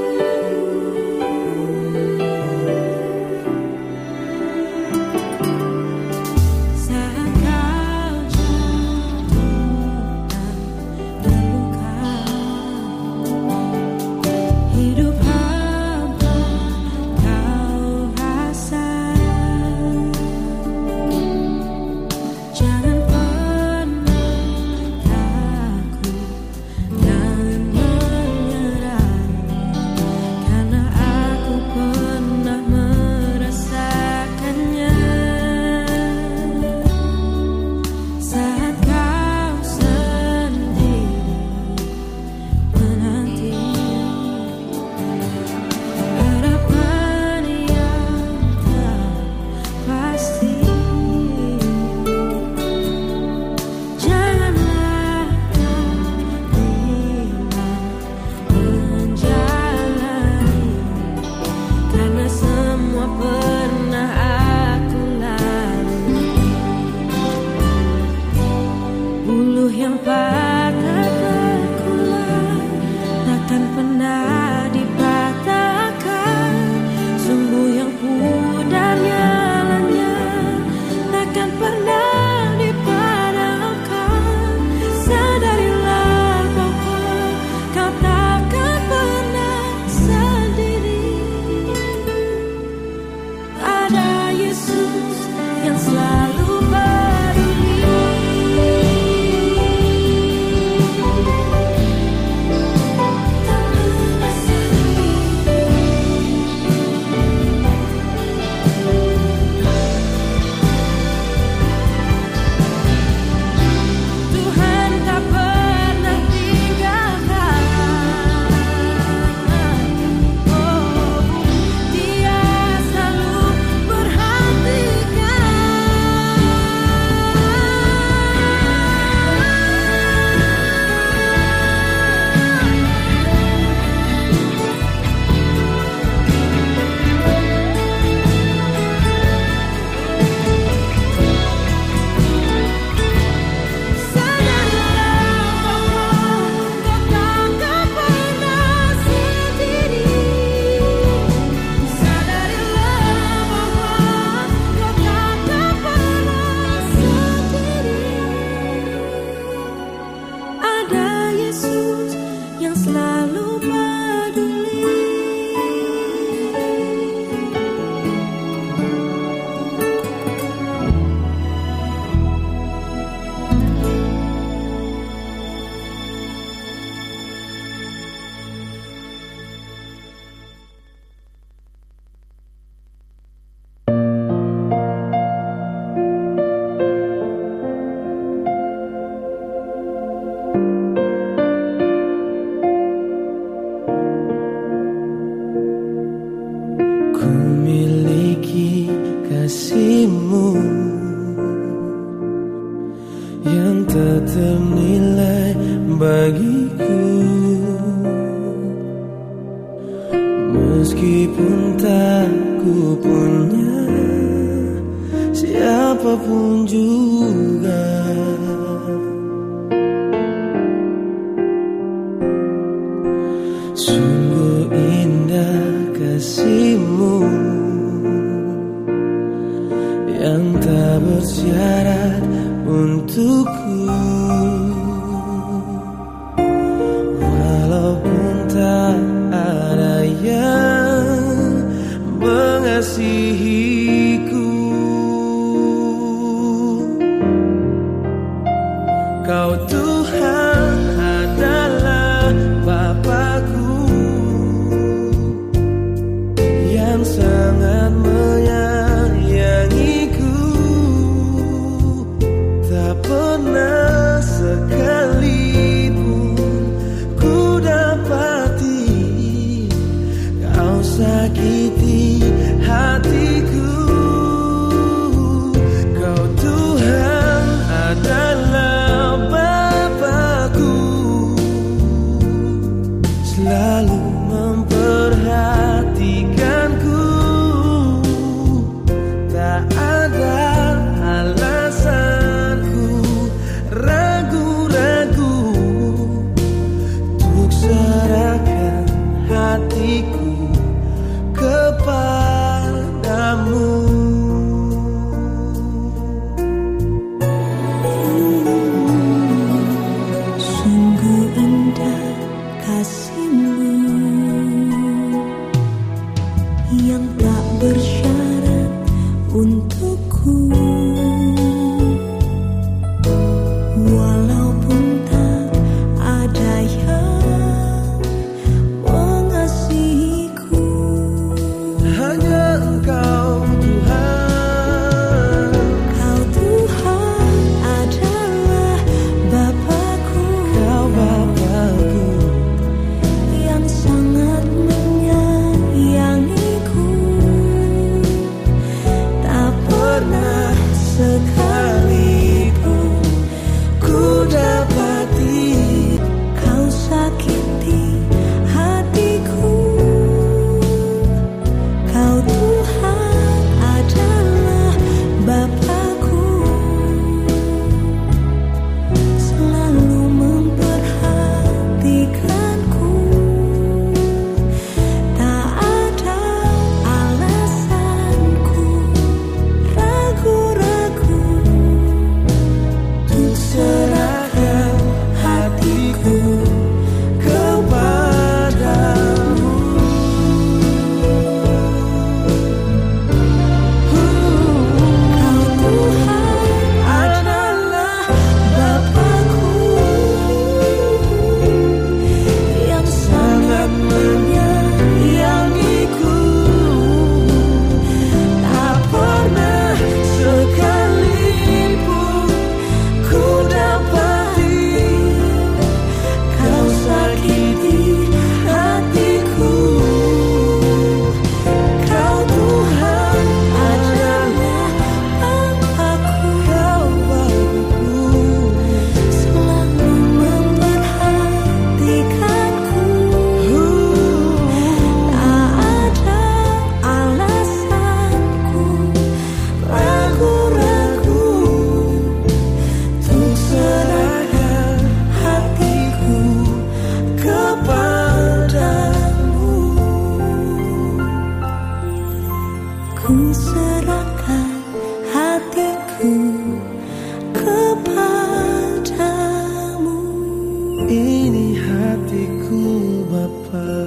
Saat kau jatuh terluka, hidup hampa kau rasa. Jangan pernah takut dan menyerah, karena aku pernah merasakannya. Saat kau sendiri menanti harapan yang tak pasti, janganlah kau hilang menjalani, karena semua pernah aku lalui. Buluh yang patah terkulai takkan pernah dipatahkan. Sumbu yang pudar nyalanya takkan pernah dipadamkan. Sadarilah bahwa kau takkan pernah sendiri. Ada Yesus yang selalu peduli. Tuhan tak pernah tinggalkan. Oh, Dia selalu perhatikan. Sadarilah bahwa kau takkan pernah sendiri. Sadarilah bahwa kau takkan pernah sendiri. Ada Yesus yang selalu peduli. Ku miliki kasih-Mu yang tak ternilai bagiku. Meskipun tak ku punya siapapun juga, sungguh indah kasih-Mu yang tak bersyarat untukku. Walaupun tak ada yang mengasihiku, Kau Tuhan adalah Bapakku yang sangat menyayangiku. Tak pernah sekalipun ku dapati Kau sakiti hatiku. Kau Tuhan adalah Bapakku, selalu memperhatikanku. Tak ada alasanku ragu-ragu untuk serahkan hatiku kepadamu. Sungguh indah kasih-Mu yang tak bersyarat untukku. Walaupun tak ada yang mengasihiku, Hanya Engkau Tuhan. Kau Tuhan adalah Bapakku, Kau Bapakku yang sangat menyayangiku. Tak pernah sekalipun ku dapati Kau sakiti hatiku. Kau Tuhan adalah Bapakku, selalu memperhatikanku. Tak ada alasanku ragu-ragu untuk serahkan hatiku kepadamu. Kau Tuhan adalah Bapakku yang sangat menyayangiku. Tak pernah sekalipun ku dapati Kau sakiti hatiku. Kau Tuhan adalah Bapakku, selalu memperhatikanku. Tak ada alasanku ragu-ragu untuk serahkan hatiku kepadamu. Ku serahkan hatiku kepadamu. Ini hatiku Bapa.